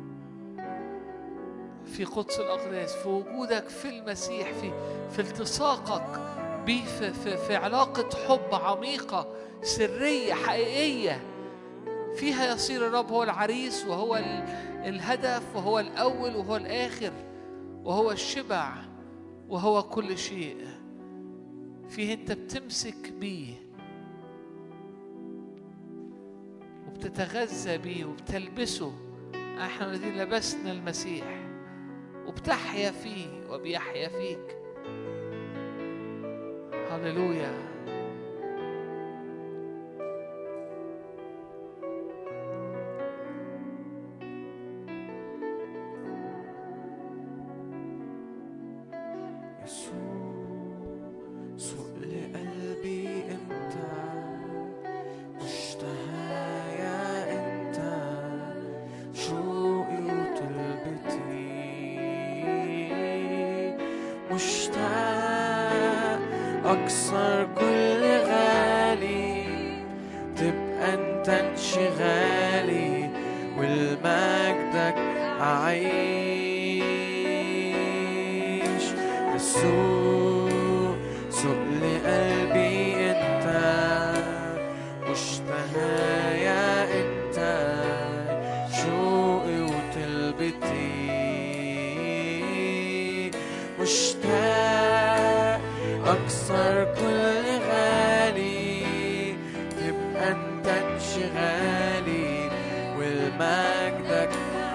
في قدس الأقداس، في وجودك في المسيح، في في التصاقك بيه، في, في, في علاقة حب عميقة سرية حقيقية فيها يصير الرب هو العريس، وهو الهدف، وهو الأول، وهو الآخر، وهو الشبع، وهو كل شيء. فيه أنت بتمسك بيه وبتتغذى بيه وبتلبسه. احنا الذين لبسنا المسيح وبتحيا فيه وبيحيا فيك. هللويا. أكثر كل غالي، تبقى أنت انشغالي، والمجدك أعيش. يسوع سؤل قلبي أنت، مشتهايا أنت، شوقي وطلبتي، مشتاق أكثر كل غالي، تبقى أنت انشغالي، والمجدك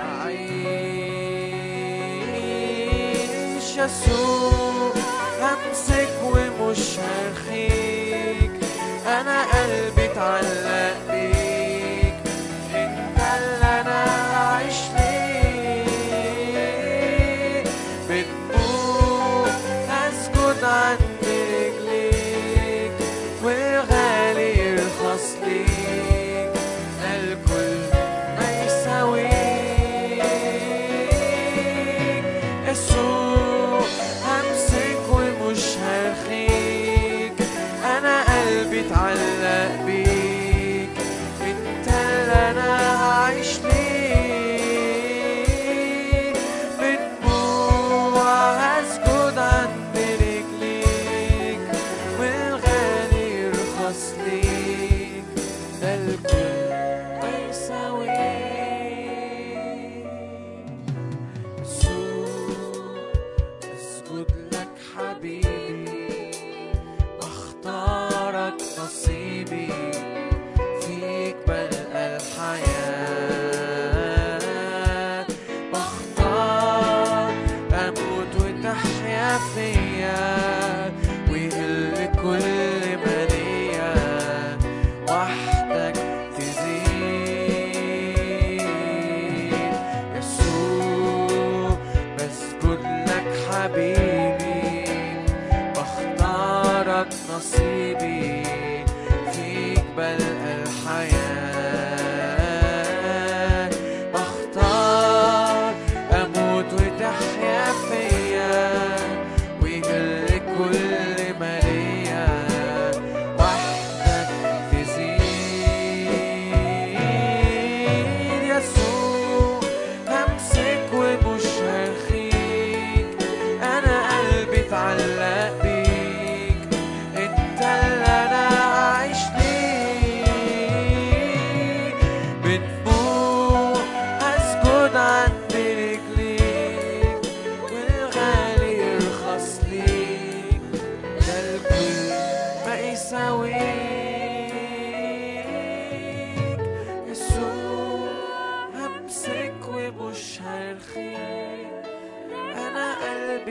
أعيش. يسوع همسك ومش هرخيك، أنا قلبي اتعلق بيك، أنت اللي أنا عايش ليك، بتقول هسجد عنك مش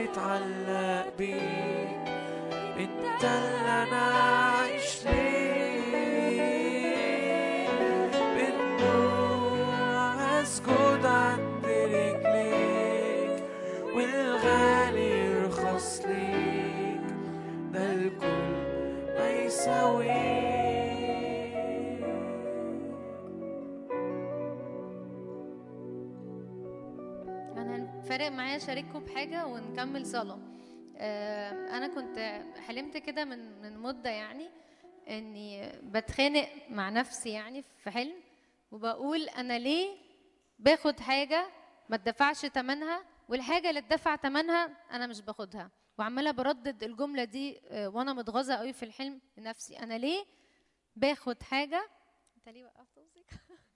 متعلق بيك، انت اللي انا عايش ليك، بالدموع اسجد عند رجليك، والغالي يرخص ليك، ده الكل ما يساويك. انا فارق معايا اشارككم بحاجه ونكمل صلاه. انا كنت حلمت كده من من مده، يعني اني بتخانق مع نفسي يعني في حلم، وبقول انا ليه باخد حاجه ما اتدفعش ثمنها، والحاجه اللي اتدفع ثمنها انا مش باخدها. وعماله بردد الجمله دي وانا متغاظه قوي في الحلم لنفسي، انا ليه باخد حاجه. انت ليه وقفت موسيقى؟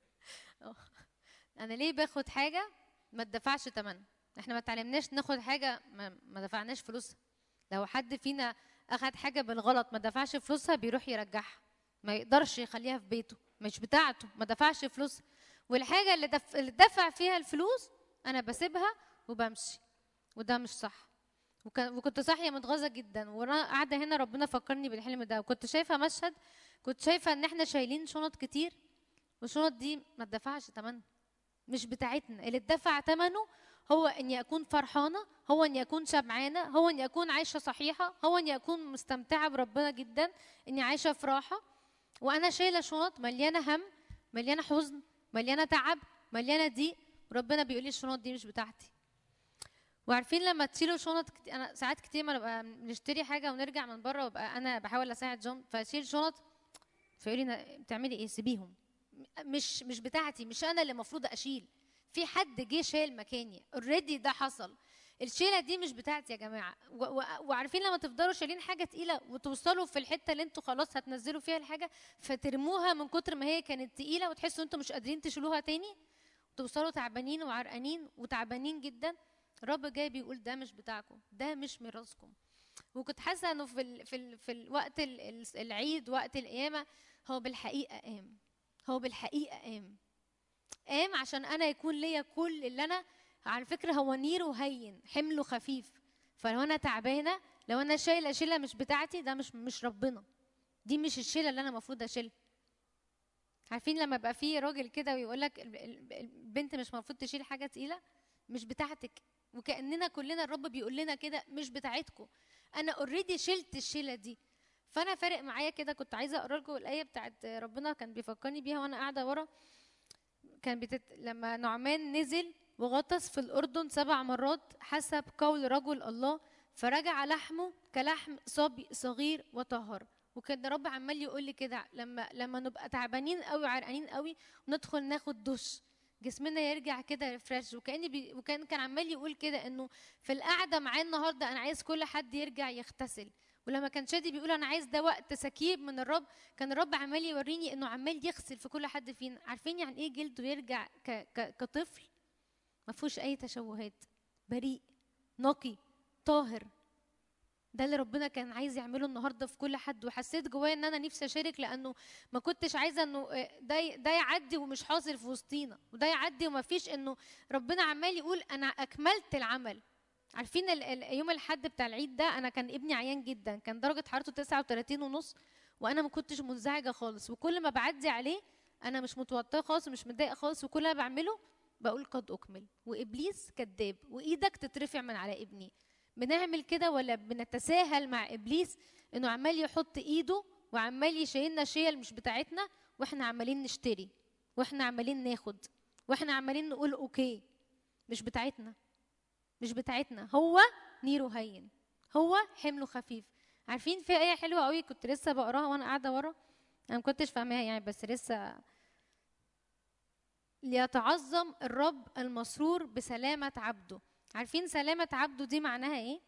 انا ليه باخد حاجه ما اتدفعش ثمنها؟ احنا ما اتعلمناش ناخد حاجه ما, ما دفعناش فلوسها. لو حد فينا اخد حاجه بالغلط ما دفعش فلوسها بيروح يرجعها، ما يقدرش يخليها في بيته، مش بتاعته، ما دفعش فلوسها. والحاجه اللي, دف... اللي دفع فيها الفلوس انا بسيبها وبمشي، وده مش صح. وكان... وكنت صاحيه متغاظه جدا وانا قاعده هنا، ربنا فكرني بالحلم ده، وكنت شايفه مشهد، كنت شايفه ان احنا شايلين شنط كتير، والشنط دي ما اتدفعش ثمنها، مش بتاعتنا. اللي اتدفع ثمنه هو اني اكون فرحانه، هو اني اكون شبعانه، هو اني اكون عايشه صحيحه، هو اني اكون مستمتعه بربنا جدا، اني عايشه في راحه. وانا شايله شنط مليانه هم، مليانه حزن، مليانه تعب، مليانه ضيق، وربنا بيقول لي الشنط دي مش بتاعتي. وعارفين لما تشيلوا شنط كتير، انا ساعات كتير ما نبقى نشتري حاجه ونرجع من بره وابقى انا بحاول اساعد جون فاشيل شنط، فيقول لي بتعملي ايه؟ سيبيهم، مش مش بتاعتي، مش انا اللي المفروض اشيل، في حد جه شايل مكاني اوريدي، ده حصل. الشيله دي مش بتاعتي يا جماعه. وعارفين لما تفضلوا شايلين حاجه تقيله وتوصلوا في الحته اللي انتوا خلاص هتنزلوا فيها الحاجه، فترموها من كتر ما هي كانت تقيله وتحسوا انتوا مش قادرين تشيلوها تاني، توصلوا تعبانين وعرقانين وتعبانين جدا. الرب جاي بيقول ده مش بتاعكم، ده مش ميراثكم. وكنت حاسه انه في ال في ال في الوقت العيد، وقت القيامه، هو بالحقيقه قام، هو بالحقيقه قام قام عشان انا يكون ليا كل اللي انا. على فكره هو نيره هين، حمله خفيف. فلو انا تعبانه، لو انا شايله شيله مش بتاعتي، ده مش مش ربنا، دي مش الشيله اللي انا المفروض اشيلها. عارفين لما يبقى في راجل كده ويقول لك البنت مش المفروض تشيل حاجه تقيله، مش بتاعتك. وكاننا كلنا الرب بيقول لنا كده مش بتاعتكم، انا اوريدي شلت الشيله دي. فانا فارق معايا كده، كنت عايزه اقرا لكم الايه بتاعت ربنا كان بيفكرني بيها وانا قاعده ورا. كان بتت... لما نعمان نزل وغطس في الأردن سبع مرات حسب قول رجل الله، فرجع لحمه كلحم صبي صغير وطهر. وكان الرب عمال يقول لي كده، لما لما نبقى تعبانين قوي عرقانين قوي وندخل ناخد دش، جسمنا يرجع كده ريفرش. وكان بي... وكان كان عمال يقول كده انه في القعده معاه النهارده انا عايز كل حد يرجع يغتسل. ولما كان شادي بيقول انا عايز ده وقت سكيب من الرب، كان الرب عمال يوريني انه عمال يغسل في كل حد فينا. عارفين يعني ايه جلده يرجع ك... ك... كطفل ما فيهوش اي تشوهات، بريء نقي طاهر؟ ده اللي ربنا كان عايز يعمله النهارده في كل حد. وحسيت جوايا ان انا نفسي اشارك، لانه ما كنتش عايزه انه ده ده يعدي ومش حاصل في وسطينا، وده يعدي وما فيش، انه ربنا عمال يقول انا اكملت العمل. عارفين يوم الحد بتاع العيد ده انا كان ابني عيان جدا، كان درجه حرارته تسعة وثلاثين ونص، وانا ما كنتش منزعجه خالص. وكل ما بعدي عليه انا مش متوتره خالص ومش متضايقه خالص، وكل اللي بعمله بقول قد اكمل. وابليس كذاب، وايدك تترفع من على ابني. بنعمل كده ولا بنتساهل مع ابليس انه عمال يحط ايده وعمال يشيلنا شيل مش بتاعتنا، واحنا عمالين نشتري، واحنا عمالين ناخد، واحنا عمالين نقول اوكي؟ مش بتاعتنا، مش بتاعتنا. هو نيره هين، هو حمله خفيف. عارفين في آية حلوة قوي كنت لسه بقراها وانا قاعدة ورا، انا ما كنتش فاهماها يعني، بس لسه. ليتعظم الرب المسرور بسلامة عبده. عارفين سلامة عبده دي معناها ايه؟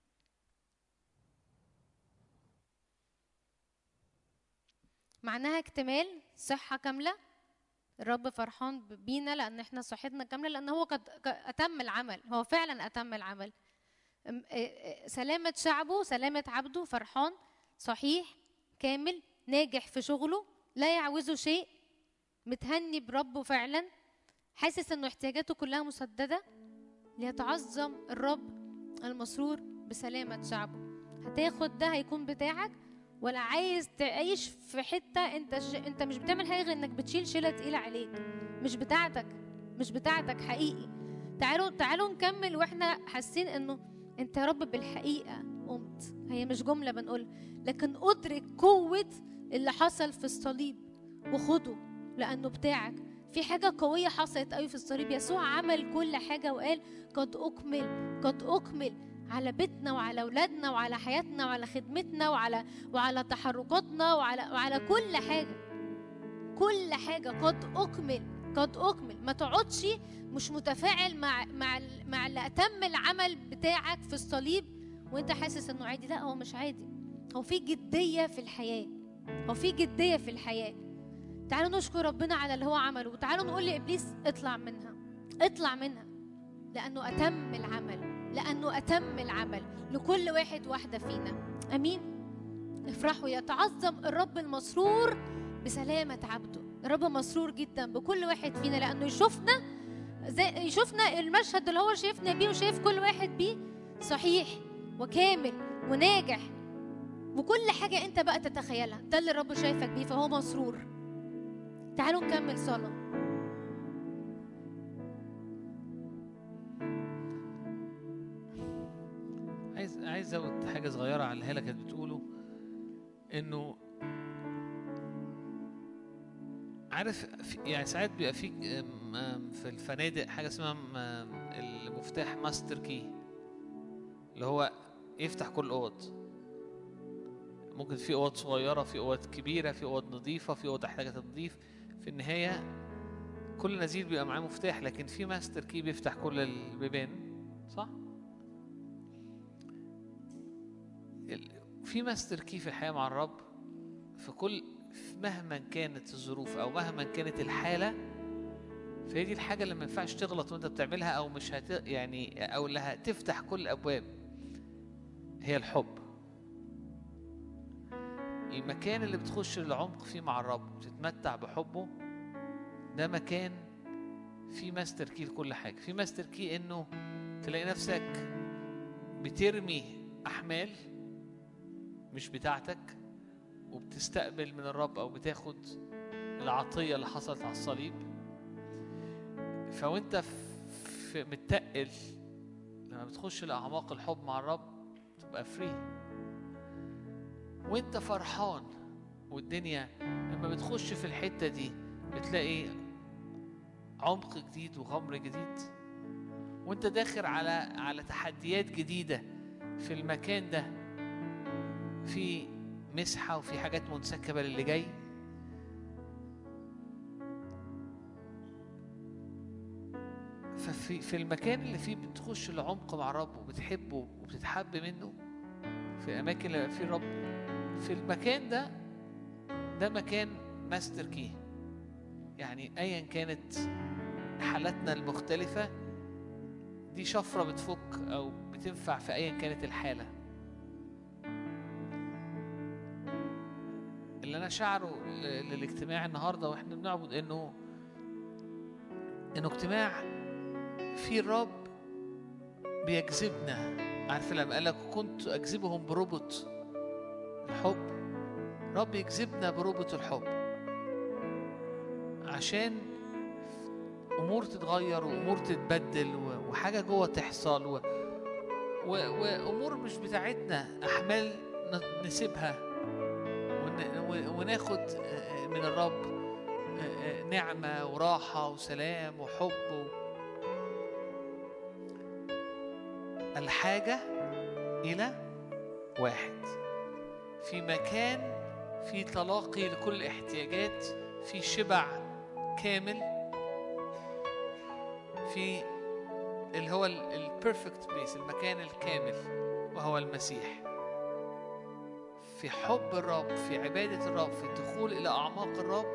معناها اكتمال، صحة كاملة. الرب فرحان بينا لان احنا صحتنا كاملة، لان هو قد اتم العمل، هو فعلا اتم العمل. سلامة شعبه، سلامة عبده، فرحان صحيح كامل ناجح في شغله، لا يعوزه شيء، متهني بربه فعلا، حاسس انه احتياجاته كلها مسددة. ليتعظم الرب المسرور بسلامة شعبه. هتاخد ده هيكون بتاعك، ولا عايز تعيش في حتة انت ش... انت مش بتعمل حاجة غير انك بتشيل شيلة تقيلة عليك، مش بتاعتك، مش بتاعتك حقيقي. تعالوا تعالوا نكمل واحنا حاسين انه انت يا رب بالحقيقة قمت. هي مش جملة بنقول، لكن ادرك قوة اللي حصل في الصليب وخده لانه بتاعك. في حاجة قوية حصلت قوي في الصليب. يسوع عمل كل حاجة وقال قد أكمل، قد أكمل، على بيتنا وعلى أولادنا وعلى حياتنا وعلى خدمتنا وعلى وعلى تحركاتنا وعلى وعلى كل حاجة، كل حاجة قد أكمل، قد أكمل. ما تقعدش مش متفاعل مع مع مع اللي أتم العمل بتاعك في الصليب وأنت حاسس إنه عادي. لا، هو مش عادي، هو في جدية في الحياة، هو في جدية في الحياة. تعالوا نشكر ربنا على اللي هو عمله، وتعالوا نقول لإبليس اطلع منها، اطلع منها، لأنه أتم العمل، لأنه أتم العمل لكل واحد واحدة فينا. أمين. افرحوا، يتعظم الرب المسرور بسلامة عبده. الرب مسرور جدا بكل واحد فينا، لأنه يشوفنا زي يشوفنا المشهد اللي هو شايفنا بيه وشايف كل واحد بيه صحيح وكامل وناجح وكل حاجة أنت بقى تتخيلها، ده اللي الرب شايفك بيه، فهو مسرور. تعالوا نكمل صلاة. عايز عايز ازود حاجه صغيره على اللي هاله كانت بتقوله، انه عارف يعني ساعات بيبقى في في الفنادق حاجه اسمها المفتاح ماستر كي، اللي هو يفتح كل الاوض. ممكن في اوض صغيره، في اوض كبيره، في اوض نظيفه، في اوض محتاجه تنظيف. في النهايه كل نزيل بيبقى معاه مفتاح، لكن في ماستر كي بيفتح كل البيبان، صح؟ في ماستر كي في الحياة مع الرب. في كل مهما كانت الظروف أو مهما كانت الحالة، فهي دي الحاجة اللي ما ينفعش تغلط وانت بتعملها، أو مش هت يعني أو اللي هتفتح كل الأبواب، هي الحب. المكان اللي بتخش للعمق فيه مع الرب بتتمتع بحبه، ده مكان فيه ماستر كي لكل حاجة. في ماستر كي إنه تلاقي نفسك بترمي أحمال مش بتاعتك وبتستقبل من الرب، أو بتاخد العطية اللي حصلت على الصليب. فوانت في متقل، لما بتخش لأعماق الحب مع الرب تبقى فري. وانت فرحان والدنيا لما بتخش في الحتة دي بتلاقي عمق جديد وغمر جديد، وانت داخل على على تحديات جديدة في المكان ده، في مسحة وفي حاجات منسكبة للي جاي. ففي في المكان اللي فيه بتخش العمق مع الرب وبتحبه وبتتحب منه، في الأماكن اللي فيه الرب، في المكان ده ده مكان ماستر كي. يعني أيا كانت حالاتنا المختلفة، دي شفرة بتفك أو بتنفع في أيا كانت الحالة. اللي أنا شعره للاجتماع النهاردة وإحنا بنعبد إنه إنه اجتماع فيه الرب بيجذبنا. عارف لما قالك كنت أجذبهم بربط الحب، رب يجذبنا بربط الحب عشان أمور تتغير وأمور تتبدل وحاجة جوه تحصل و... و... وأمور مش بتاعتنا، أحمال نسيبها ون... وناخد من الرب نعمة وراحة وسلام وحب. الحاجة إلى واحد، في مكان في تلاقي لكل الاحتياجات، في شبع كامل، في اللي هو البيرفكت بليس، المكان الكامل وهو المسيح. في حب الرب، في عبادة الرب، في الدخول إلى أعماق الرب،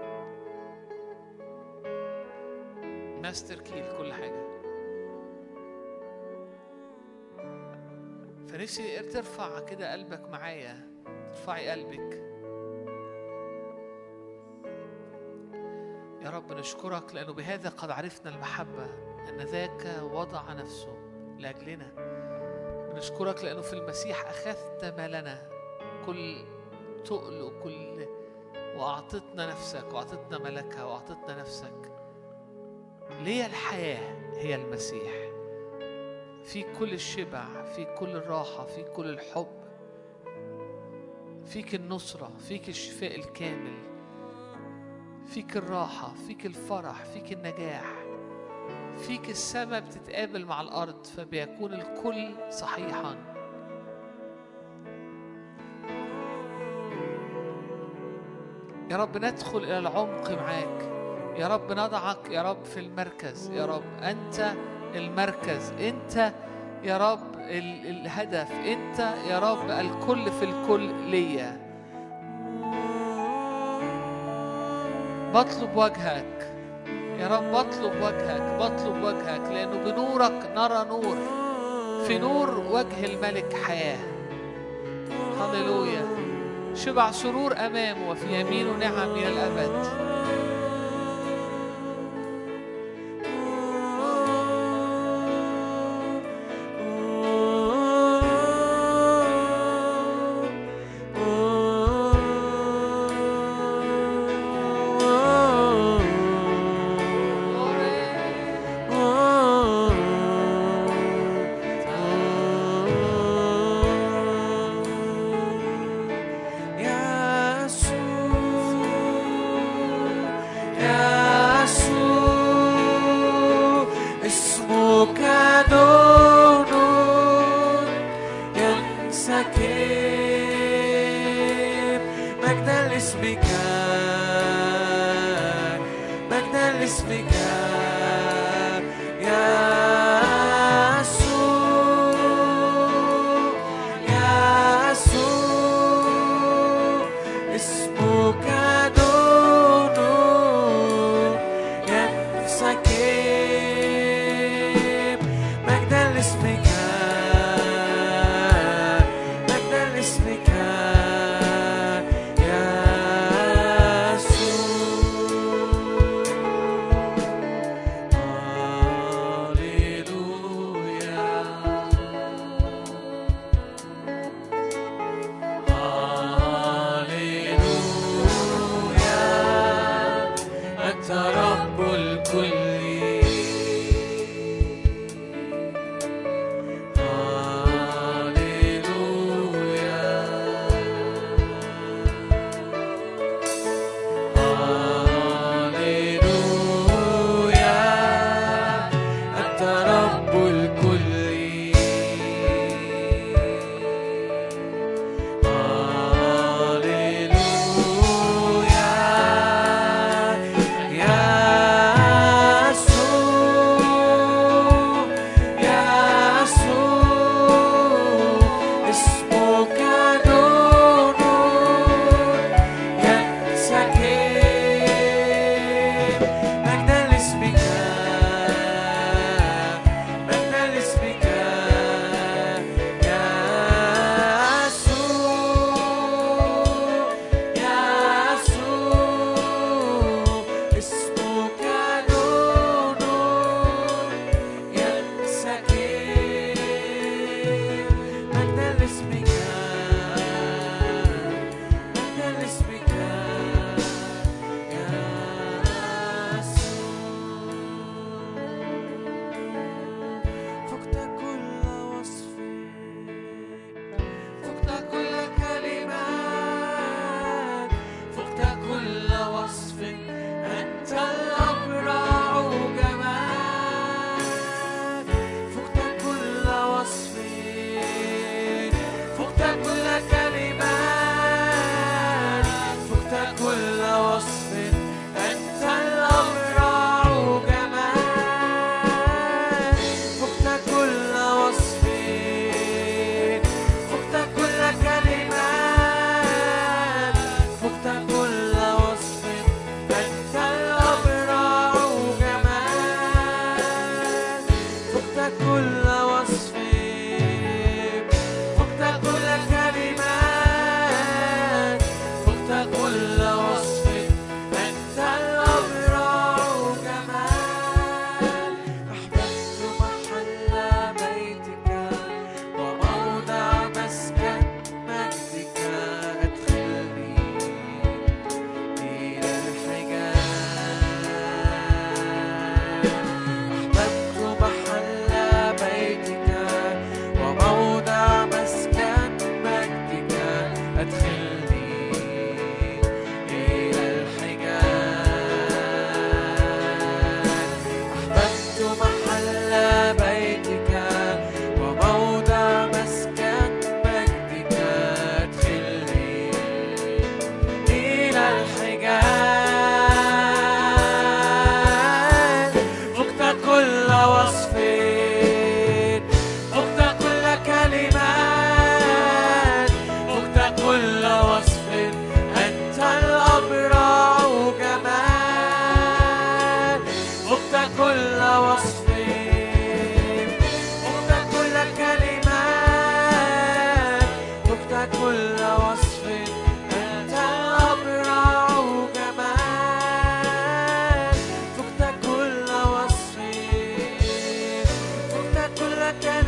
ماستر كي لكل حاجة. فنفسي ترفع كده قلبك معايا، ترفعي قلبك. يا رب نشكرك لأنه بهذا قد عرفنا المحبة، أن ذاك وضع نفسه لأجلنا. نشكرك لأنه في المسيح أخذت مالنا كل تقل وكل، وأعطتنا نفسك وأعطتنا ملكها وأعطتنا نفسك. ليه الحياة هي المسيح، في كل الشبع، في كل الراحة، في كل الحب، فيك النصرة، فيك الشفاء الكامل، فيك الراحة، فيك الفرح، فيك النجاح، فيك السماء بتتقابل مع الأرض فبيكون الكل صحيحا. يا رب ندخل إلى العمق معاك، يا رب نضعك يا رب في المركز، يا رب أنت المركز، أنت يا رب الهدف، أنت يا رب الكل في الكل ليا. بطلب وجهك يا رب، بطلب وجهك، بطلب وجهك، لأنه بنورك نرى نور، في نور وجه الملك حياة. هللويا. شبع سرور أمامه وفي يمينه نعم إلى الأبد. فقت كل وصف، فقت كل كلمات، فقت كل وصف، أنت الأبرع جمال، فقت كل وصف، فقت كل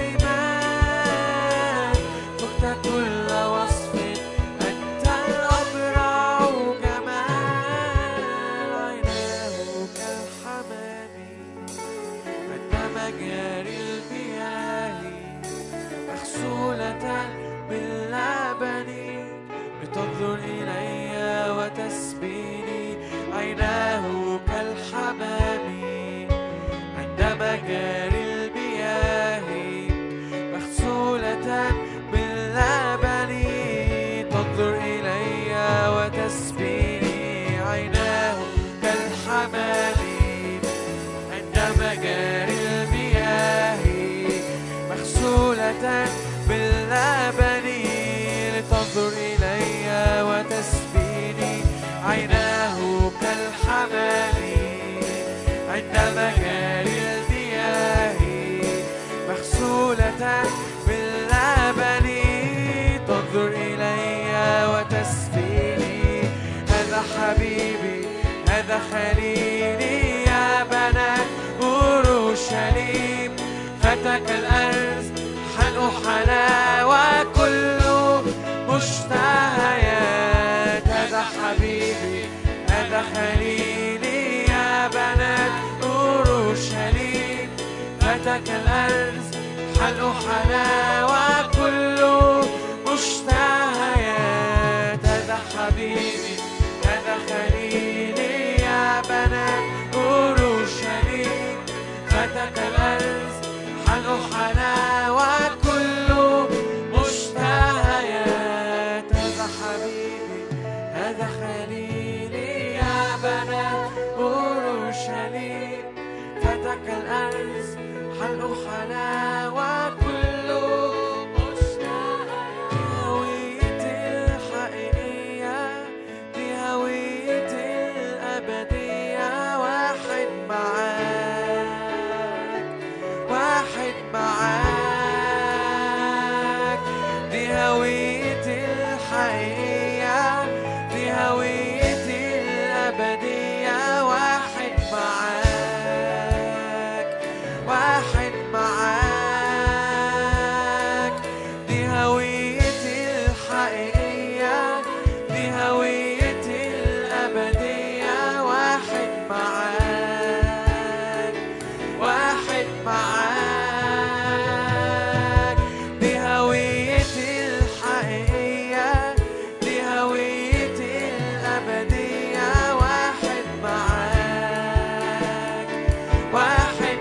كلمات، فقت كل وصف، أنت الأبرع جمال. عيناه كالحمام عند مجاري المياه، مغسولة باللبن، لتنظر إلي وتسبيني. عيناه كالحمام عند مجاري المياه، مغسولة باللبن، تنظر إلي وتسبيني. عيناه كالحمام عند مجاري المياه، مغسولة باللبن، لتنظر إلي وتسبيني. عيناه كالحمام عند مجاري المياه، مغسولة باللبن، تنظر إلي وتسبيني. هذا حبيبي هذا خليلي يا بنات أورشليم، فتك الأرز حلق حلاوة كل مشتهيات. هذا حبيبي هذا خليلي يا بنات أورشليم، فتك الأرز حلق حلاوة كل مشتهيات. هذا حبيبي هذا خليلي يا بنات أورشليم، فتك الأرز حلق حلاوة كل مشتهيات. هذا حبيبي هذا خليلي يا بنات أورشليم، فتك الأرز حلق حلاوة كل مشتهيات. هويتي الحقيقية دي هويتي الأبدية، واحد معاك واحد معاك. دي هويتي الحقيقية دي هويتي الأبدية، واحد معاك واحد معاك. دي هويتي الحقيقية دي هويتي الأبدية، واحد معاك واحد معاك. دي هويتي الحقيقية دي هويتي الأبدية، واحد معاك واحد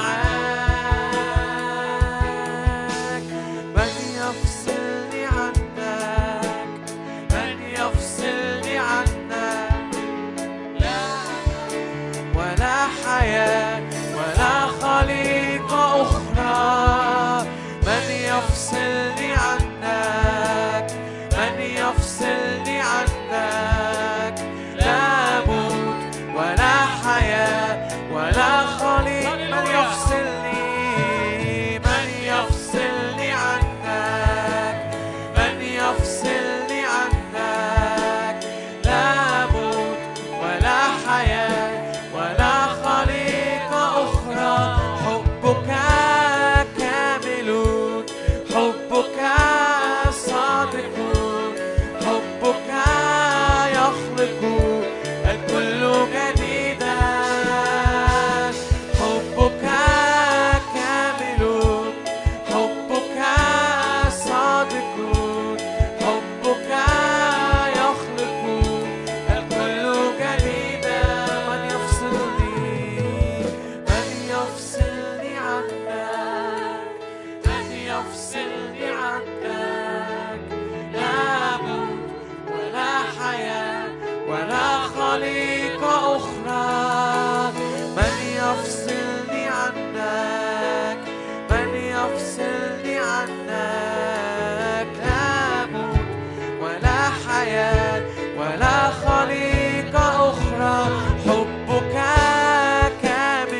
معاك. من يفصلني عنك من يفصلني عنك، لا ولا حياة ولا خليقة أخرى. من يفصلني عنك من يفصلني عنك، لا موت ولا حياة ولا خليقة. من يفصلني من يفصلني عنك من يفصلني عنك، لا موت ولا حياة ولا خليقة أخرى. حبك كامل، حبك صادق، حبك يخلق الكل جديدا. حبك كامل، حبك صادق، حبك يخلق الكل جديدا. من يفصلني من يفصلني عنك من يفصلني عنك، لا موت ولا حياة ولا خليقة أخرى. من يفصلني عنك من يفصلني عنك، لا موت ولا حياة ولا خليقة أخرى. حبك كامل،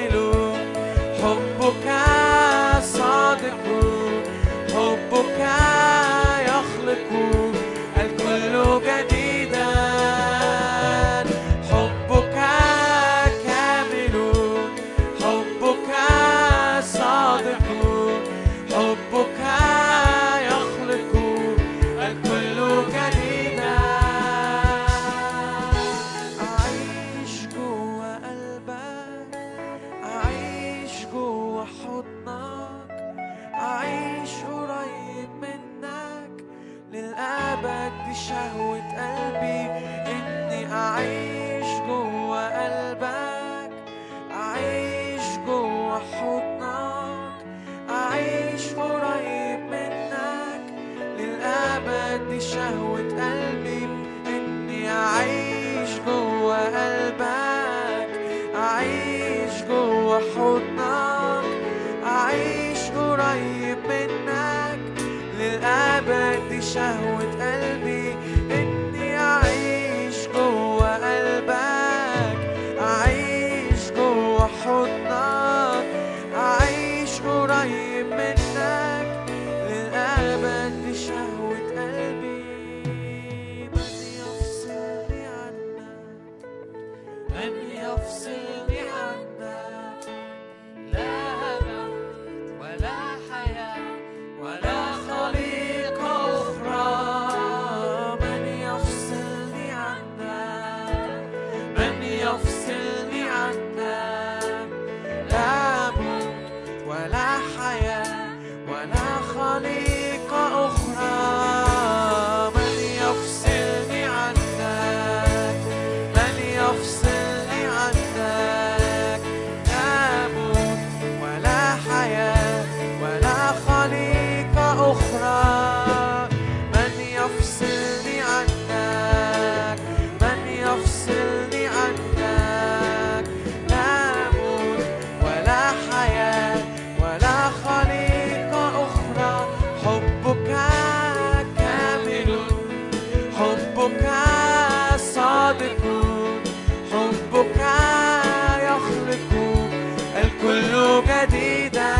شهوة قلبي إني أعيش جوا قلبك، أعيش جوا حضنك، أعيش قريب منك للأبد. دي شهوة قلبي إني أعيش جوا قلبك، أعيش جوا حضنك، أعيش قريب منك للأبد. دي شهوة قلبي إني أعيش جوا قلبك، أعيش جوا حضنك، أعيش قريب منك للأبد. دي شهوة قلبي. من يفصلني عنك، من يفصلني عنك، لا موت ولا حياة ولا خليقة أخرى. من يفصلني عنك، من يفصلني عنك، لا موت ولا حياة ولا خليقة أخرى. من يفصلني عنك، من يفصلني عنك، لا موت ولا حياة ولا خليقة أخرى. من يفصلني عنك، من يفصلني عنك، لا موت ولا حياة ولا خليقة أخرى. حبك كامل، حبك صادق، حبك يخلق الكل جديدا.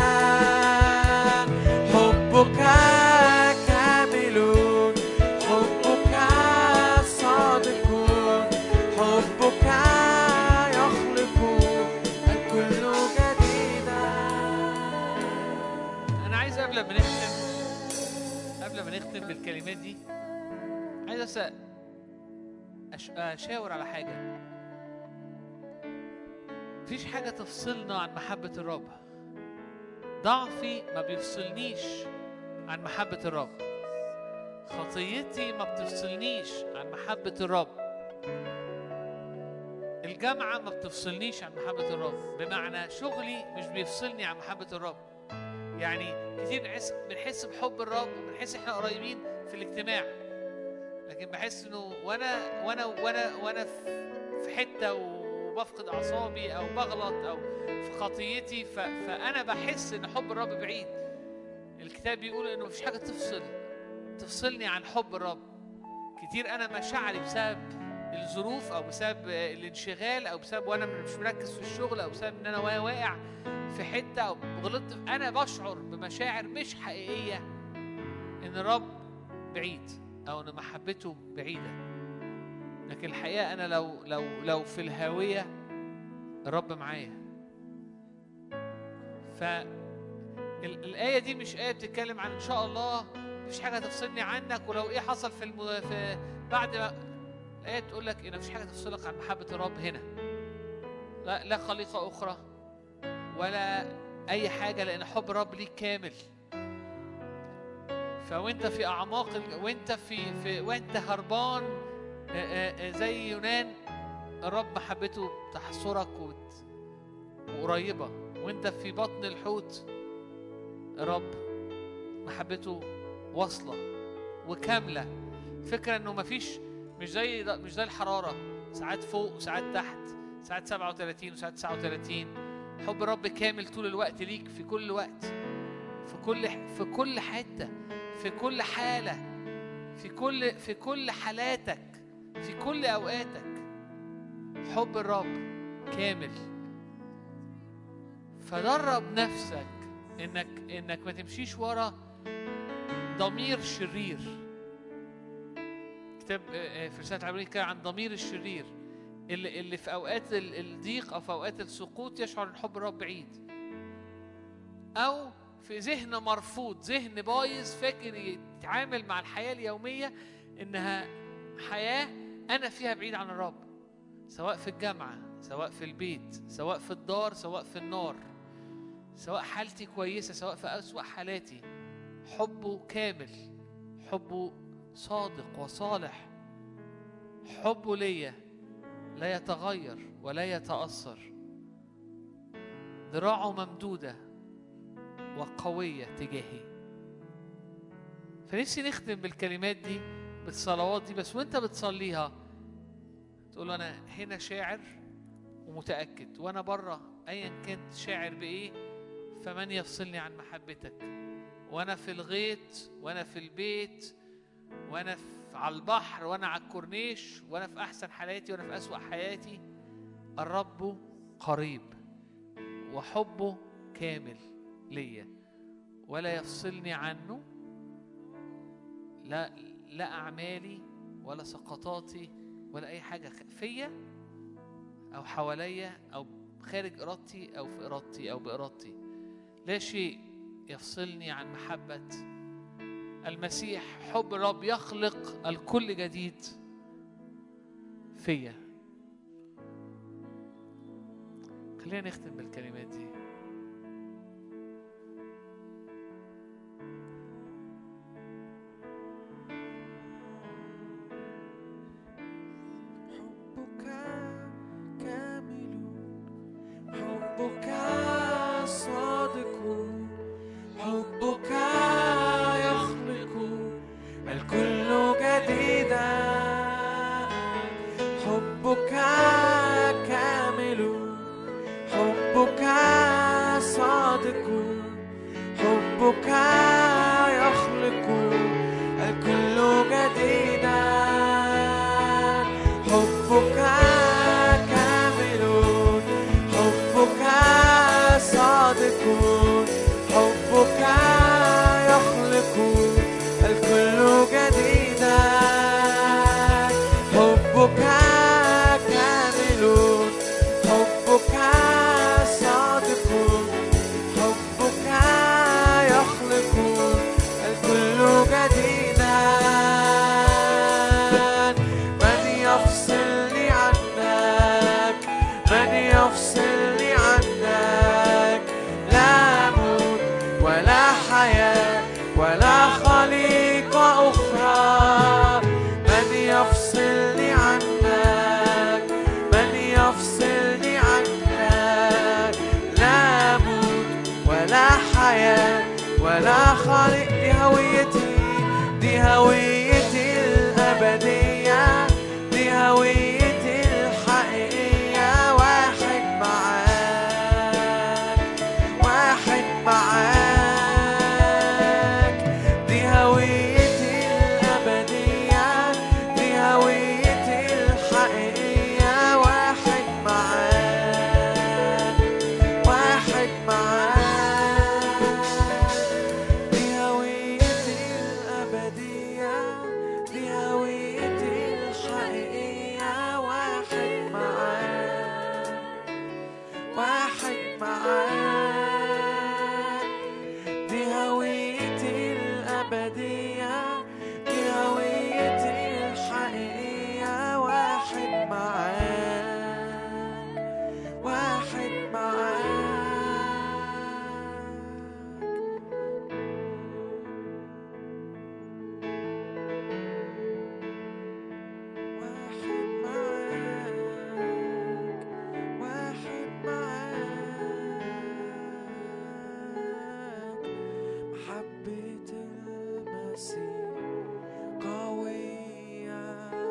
حبك كامل، حبك صادق، حبك يخلق الكل جديدا. أنا عايز قبل ما نختم قبل ما نختم بالكلمات دي، عايز بس أش- أشاور على حاجة. مفيش حاجة تفصلنا عن محبة الرب. ضعفي ما بيفصلنيش عن محبة الرب، خطيتي ما بتفصلنيش عن محبة الرب، الجامعة ما بتفصلنيش عن محبة الرب. بمعنى شغلي مش بيفصلني عن محبة الرب. يعني كتير بنحس بنحس بحب الرب وبنحس احنا قريبين في الاجتماع، لكن بحس انه وانا وانا وانا وانا في حتة وبفقد اعصابي او بغلط او في خطيتي، ف- فانا بحس ان حب الرب بعيد. الكتاب بيقول انه مفيش حاجة تفصل تفصلني عن حب الرب. كتير انا مشاعري بسبب الظروف او بسبب الانشغال او بسبب وانا مش مركز في الشغل او بسبب ان انا واقع في حته او غلطت، انا بشعر بمشاعر مش حقيقيه ان الرب بعيد او ان محبته بعيده. لكن الحقيقه انا لو لو لو في الهاويه الرب معايا. فالايه دي مش ايه بتتكلم عن ان شاء الله مفيش حاجه تفصلني عنك، ولو ايه حصل في, الم... في بعد ما الايه تقول لك ان مفيش حاجه تفصلك عن محبه الرب هنا. لا لا خليقه اخرى ولا اي حاجه، لان حب الرب ليك كامل. فوانت في اعماق ال... وانت في في وانت هربان زي يونان، الرب محبته تحصرك وت... وقريبه. وانت في بطن الحوت الرب محبته واصله وكامله. فكره انه مفيش مش زي مش زي الحراره، ساعات فوق وساعات تحت، ساعات سبعة وثلاثين وساعات تسعة وثلاثين. حب الرب كامل طول الوقت ليك في كل وقت، في كل في كل حته، في كل حاله، في كل في كل حالاتك، في كل اوقاتك. حب الرب كامل. فدرب نفسك انك انك ما تمشيش ورا ضمير شرير. كتاب في رسالة العبرانيين كان عن ضمير الشرير اللي اللي في اوقات الضيق او في اوقات السقوط يشعر ان حب الرب بعيد، او في ذهن مرفوض، ذهن بايظ فاكر يتعامل مع الحياة اليومية انها حياة انا فيها بعيد عن الرب، سواء في الجامعة، سواء في البيت، سواء في الدار، سواء في النار، سواء حالتي كويسة، سواء في أسوأ حالاتي. حبه كامل، حبه صادق وصالح. حبه ليا لا يتغير ولا يتأثر. ذراعه ممدودة وقوية تجاهي. فنفسي نختم بالكلمات دي، بالصلوات دي، بس وانت بتصليها تقول أنا هنا شاعر ومتأكد، وأنا بره أيا كنت شاعر بإيه، فمن يفصلني عن محبتك. وأنا في الغيط، وأنا في البيت، وأنا على البحر، وأنا على الكورنيش، وأنا في أحسن حالاتي وأنا في أسوأ حياتي، الرب قريب وحبه كامل ليا ولا يفصلني عنه. لا لا أعمالي ولا سقطاتي ولا أي حاجة فيا أو حواليا أو خارج إرادتي أو في إرادتي أو بإرادتي، لا شيء يفصلني عن محبة المسيح. حب الرب يخلق الكل جديد فيا. خلينا نختم بالكلمات دي. حبك كامل، حبك صادق، حبك يخلق الكل جديدا. حبك كامل، حبك صادق، حبك يخلق الكل جديدا. حبك كامل، حبك صادق، حبك يخلق الكل جديدا. حبك كامل، حبك صادق، حبك يخلق الكل جديدا. من يفصلني عنك، من يفصلني عنك، لا موت ولا حياة ولا خليقة أخرى. من يفصلني عنك، من يفصلني عنك، لا موت ولا حياة ولا خالق. دي هويتي، دي هويتي الأبدية، دي هويتي الحقيقية. واحد معاك، واحد معاك. دي هويتي الأبدية، دي هويتي الحقيقية. واحد معاك، واحد معاك. دي هويتي الأبدية، دي هويتي الحقيقية. واحد معاك، واحد معاك. دي هويتي الأبدية، دي هويتي الحقيقية. واحد معاك، واحد معاك. واحد معاك، واحد معاك. محبة المسيح قوية،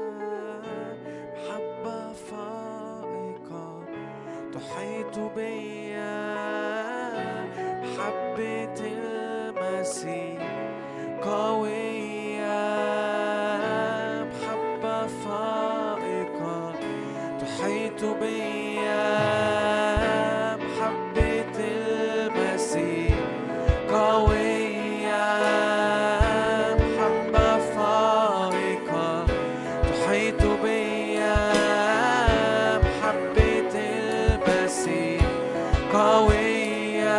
محبة فائقة تحيط بيا. محبة المسيح قوية، محبة فائقة تحيط بيا. محبة المسيح قوية، محبة فائقة تحيط بيا. محبة المسيح قوية،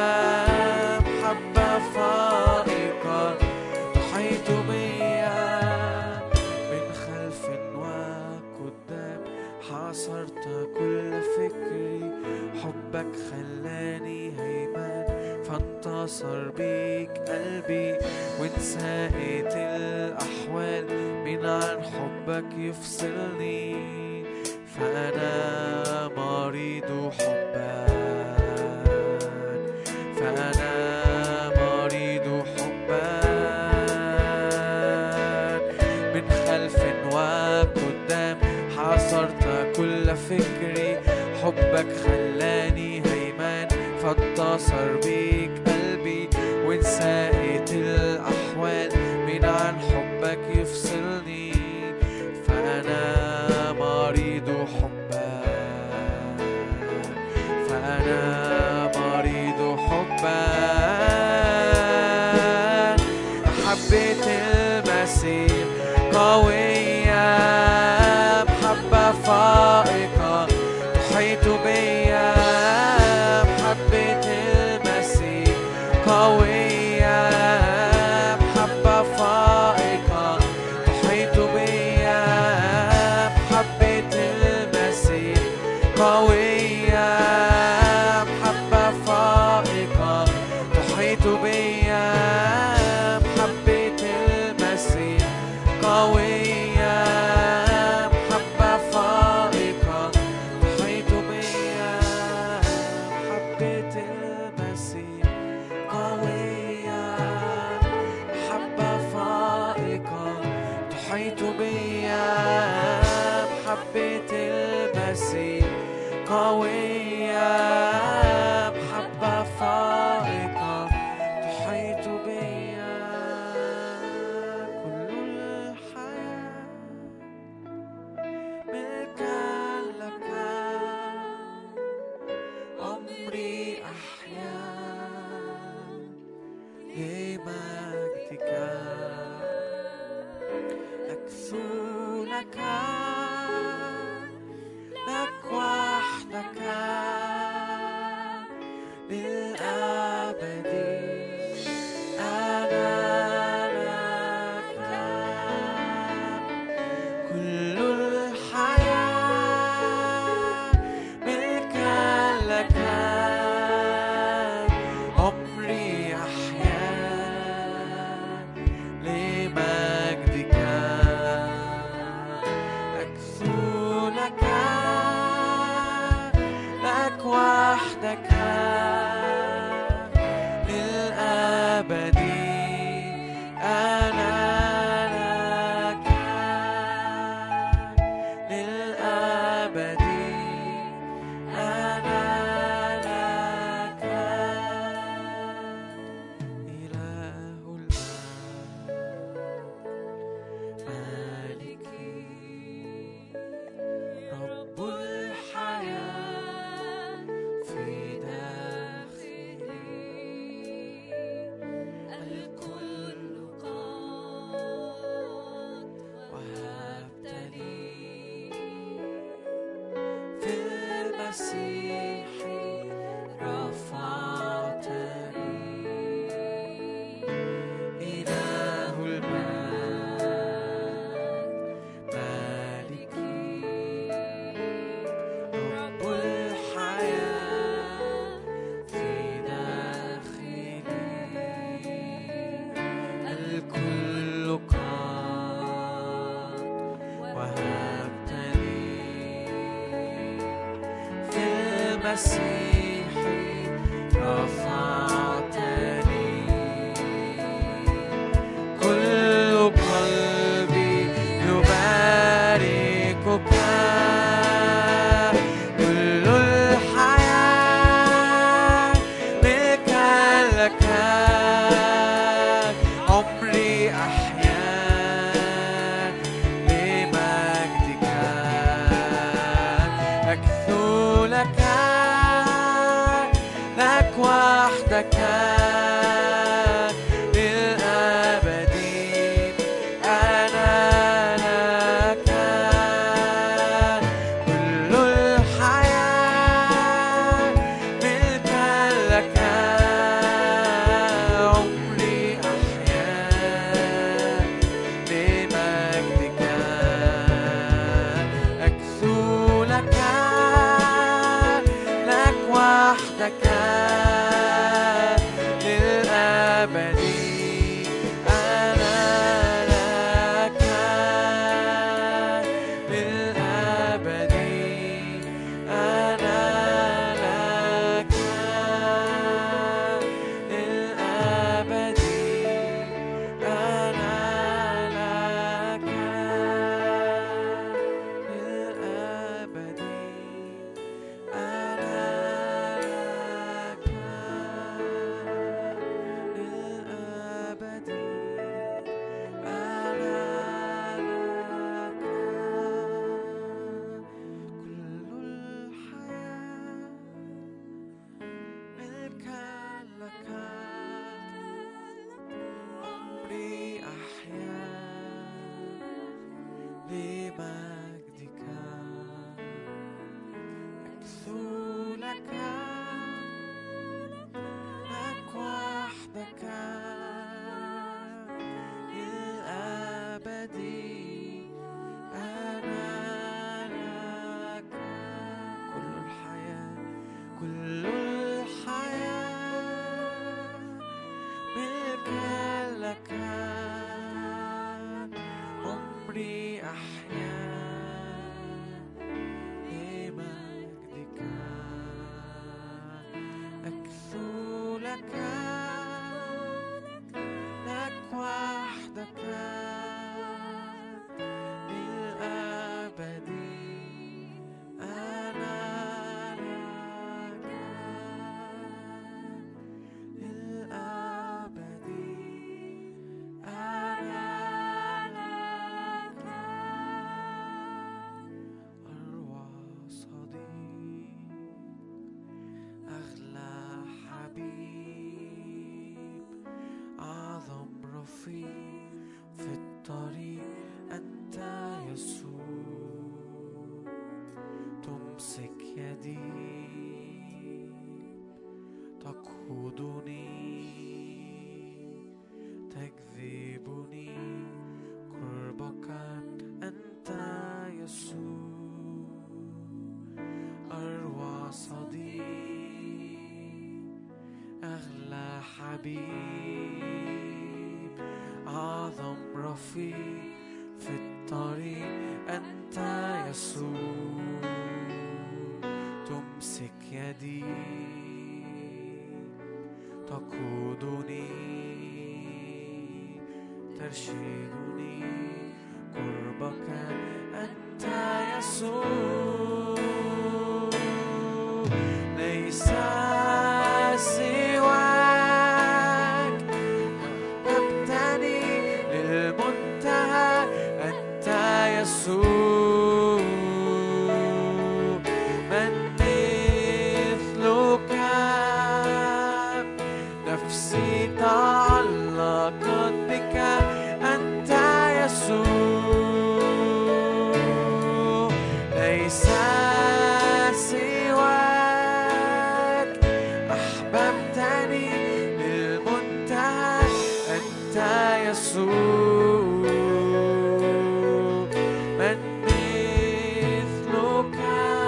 محبة فائقة تحيط بيا. من خلف وقدام حاصرت كل فكري، حبك خلاني هيمن فانتصر بيك قلبي وانساقت الأحوال مين عن حبك يفصلني فأنا مريض حبا فأنا مريض حبا من خلف وقدام حاصرت كل فكري حبك خلاني هيمان فانتصر بيك قلبي وانساقت الأحوال مين عن حبك يفصلني فأنا مريض حبا فأنا مريض حبا حبيت المسيح قوية محبة فائقة تحيط بيا حبيت المسيح قوية محبة فائقة تحيط بيا حبيت المسيح قوية محبة فائقة تحيط بيا حبيت المسيح قوية محبة فائقة تحيط بيا حبيت المسيح قوية محبة فائقة تحيط بيا حبيت المسيح قوية محبة فائقة تحيط بيا كل الحياة ملكا لك عمري أحيا لمجدك أكثر لك لك وحدك للأبد أنا لك كل الحياة ملكا لك عمري أحيا لمجدك أكثر لك لك وحدك للأبد أنا لك للأبد أنا لك إله المجد مالكي رب الحياة في داخلي الكل قد وهبت لي في المسيح رفعتني إله المجد مالكي رب الحياة في داخلي الكل قد وهبت لي في المسيح رفعتني كل قلبي يباركك كل الحياة ملكا لك عمري أحيا لمجدك أكثر لك لك وحدك للأبد أنا لك كل الحياة ملكا لك عمري أحيا لمجدك أكثر لك لك وحدك تجذبني قربك أنت يسوع، أروع صديق، أغلى حبيب، أعظم رفيق في الطريق أنت يسوع. تمسك يدي تقودني ترشدني قربك أنت يسوع. ليس سواك أبتني للمنتهى أنت يسوع. من مثلك نفسي تعلقت بك أنت يسوع. ليس سواك أحببتني للمنتهى أنت يسوع. من مثلك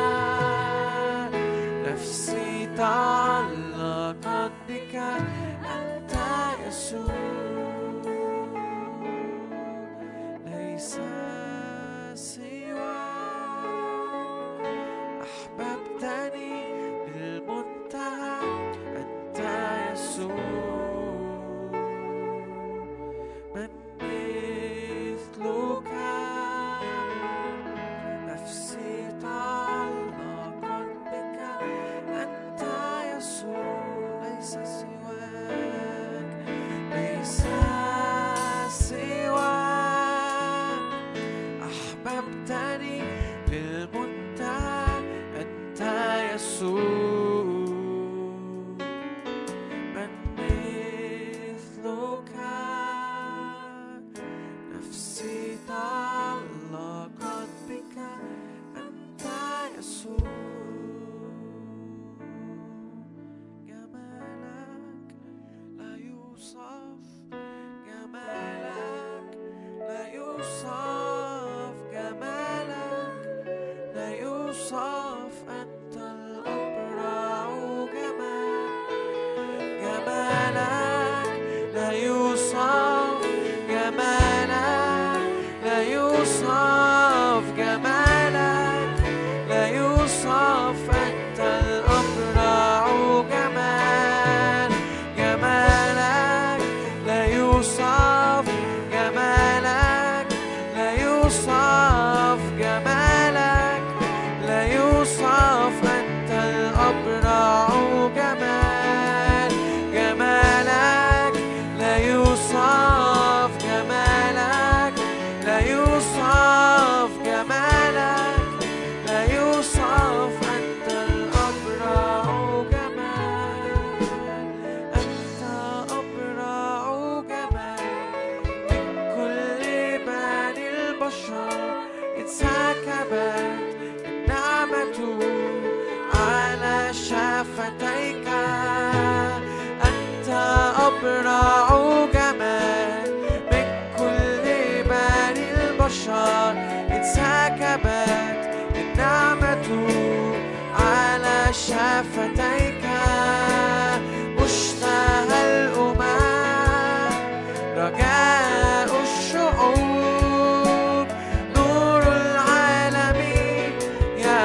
نفسي تعلقت بك أنت يسوع. ليس سواك أحببتني للمنتهى أنت يسوع. من مثلك نفسي تعلقت بك أنت يسوع. ليس سواك ليس سواك أحببتني للمنتهى أنت يسوع. من مثلك نفسي تعلقت بك أنت يسوع. جمالك لا يوصف، جمالك لا يوصف، جمالك لا يوصف، أنت الأبرع جمال. جمالك لا يوصف، جمالك لا يوصف، جمالك لا يوصف، أنت الأبرع جمال. جمالك لا يوصف، جمالك لا يوصف، جمالك لا يوصف، أنت الأبرع جمال. جمالك لا يوصف، جمالك لا يوصف، جمالك لا يوصف، أنت الأبرع جمال. أنت أبرع جمال من كل بني البشر. اتسكبت النعمة على شفتيك. أنت أبرع جمال من كل بني البشر. اتسكبت النعمة على شفتيك. مشتهى الأمم رجاء الشعوب، نور العالم يا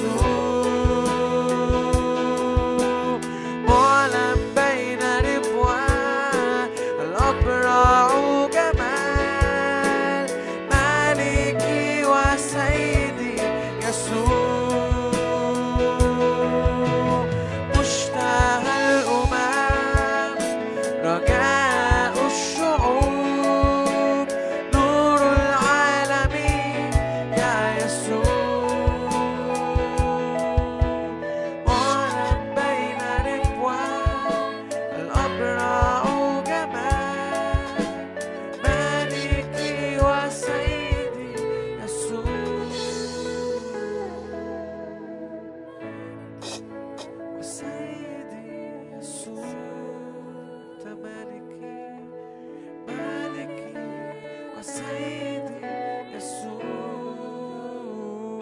يسوع. معلم بين ربوان الأبرع جمال. مالكي وسيدي يسوع. وسيدي يسوع،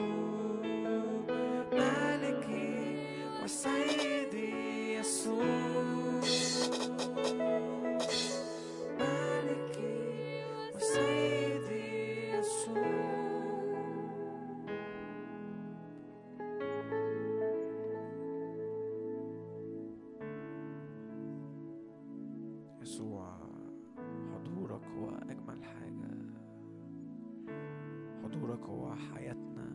مالكي وسيدي يسوع، مالكي وسيدي يسوع. يسوع، حضورك هو أجمل حاجة، حضورك هو حياتنا،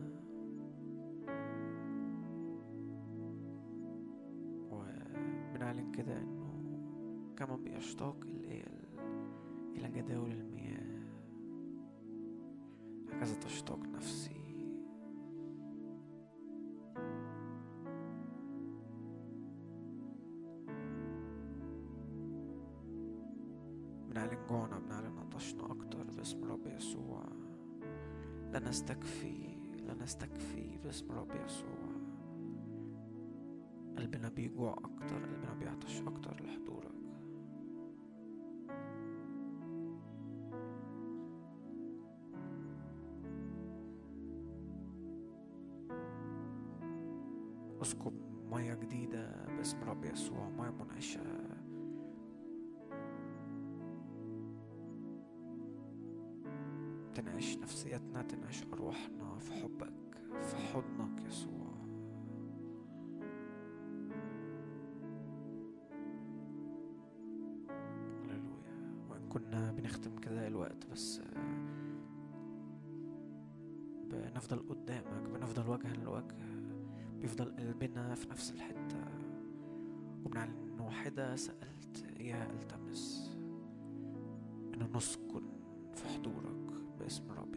وبنعلن كده إنه كما بيشتاق الليل إلى جداول المياه هكذا تشتاق نفسي. بنعلن جوعنا، بنعلن عطشنا أكتر باسم رب يسوع. لا نستكفي، لا نستكفي باسم رب يسوع. قلبنا بيجوع أكتر، قلبنا بيعطش أكتر لحضورك. اسكب مية جديدة باسم رب يسوع، مية منعشة تنعش نفسيتنا، تنعش أرواحنا في حبك، في حضنك يسوع. هللويا. وإن كنا بنختم كده الوقت، بس بنفضل قدامك، بنفضل وجها لوجه، بيفضل قلبنا في نفس الحتة، وبنعلن إن واحدة سألت إياها التمس إن نسكن في حضورك باسم رب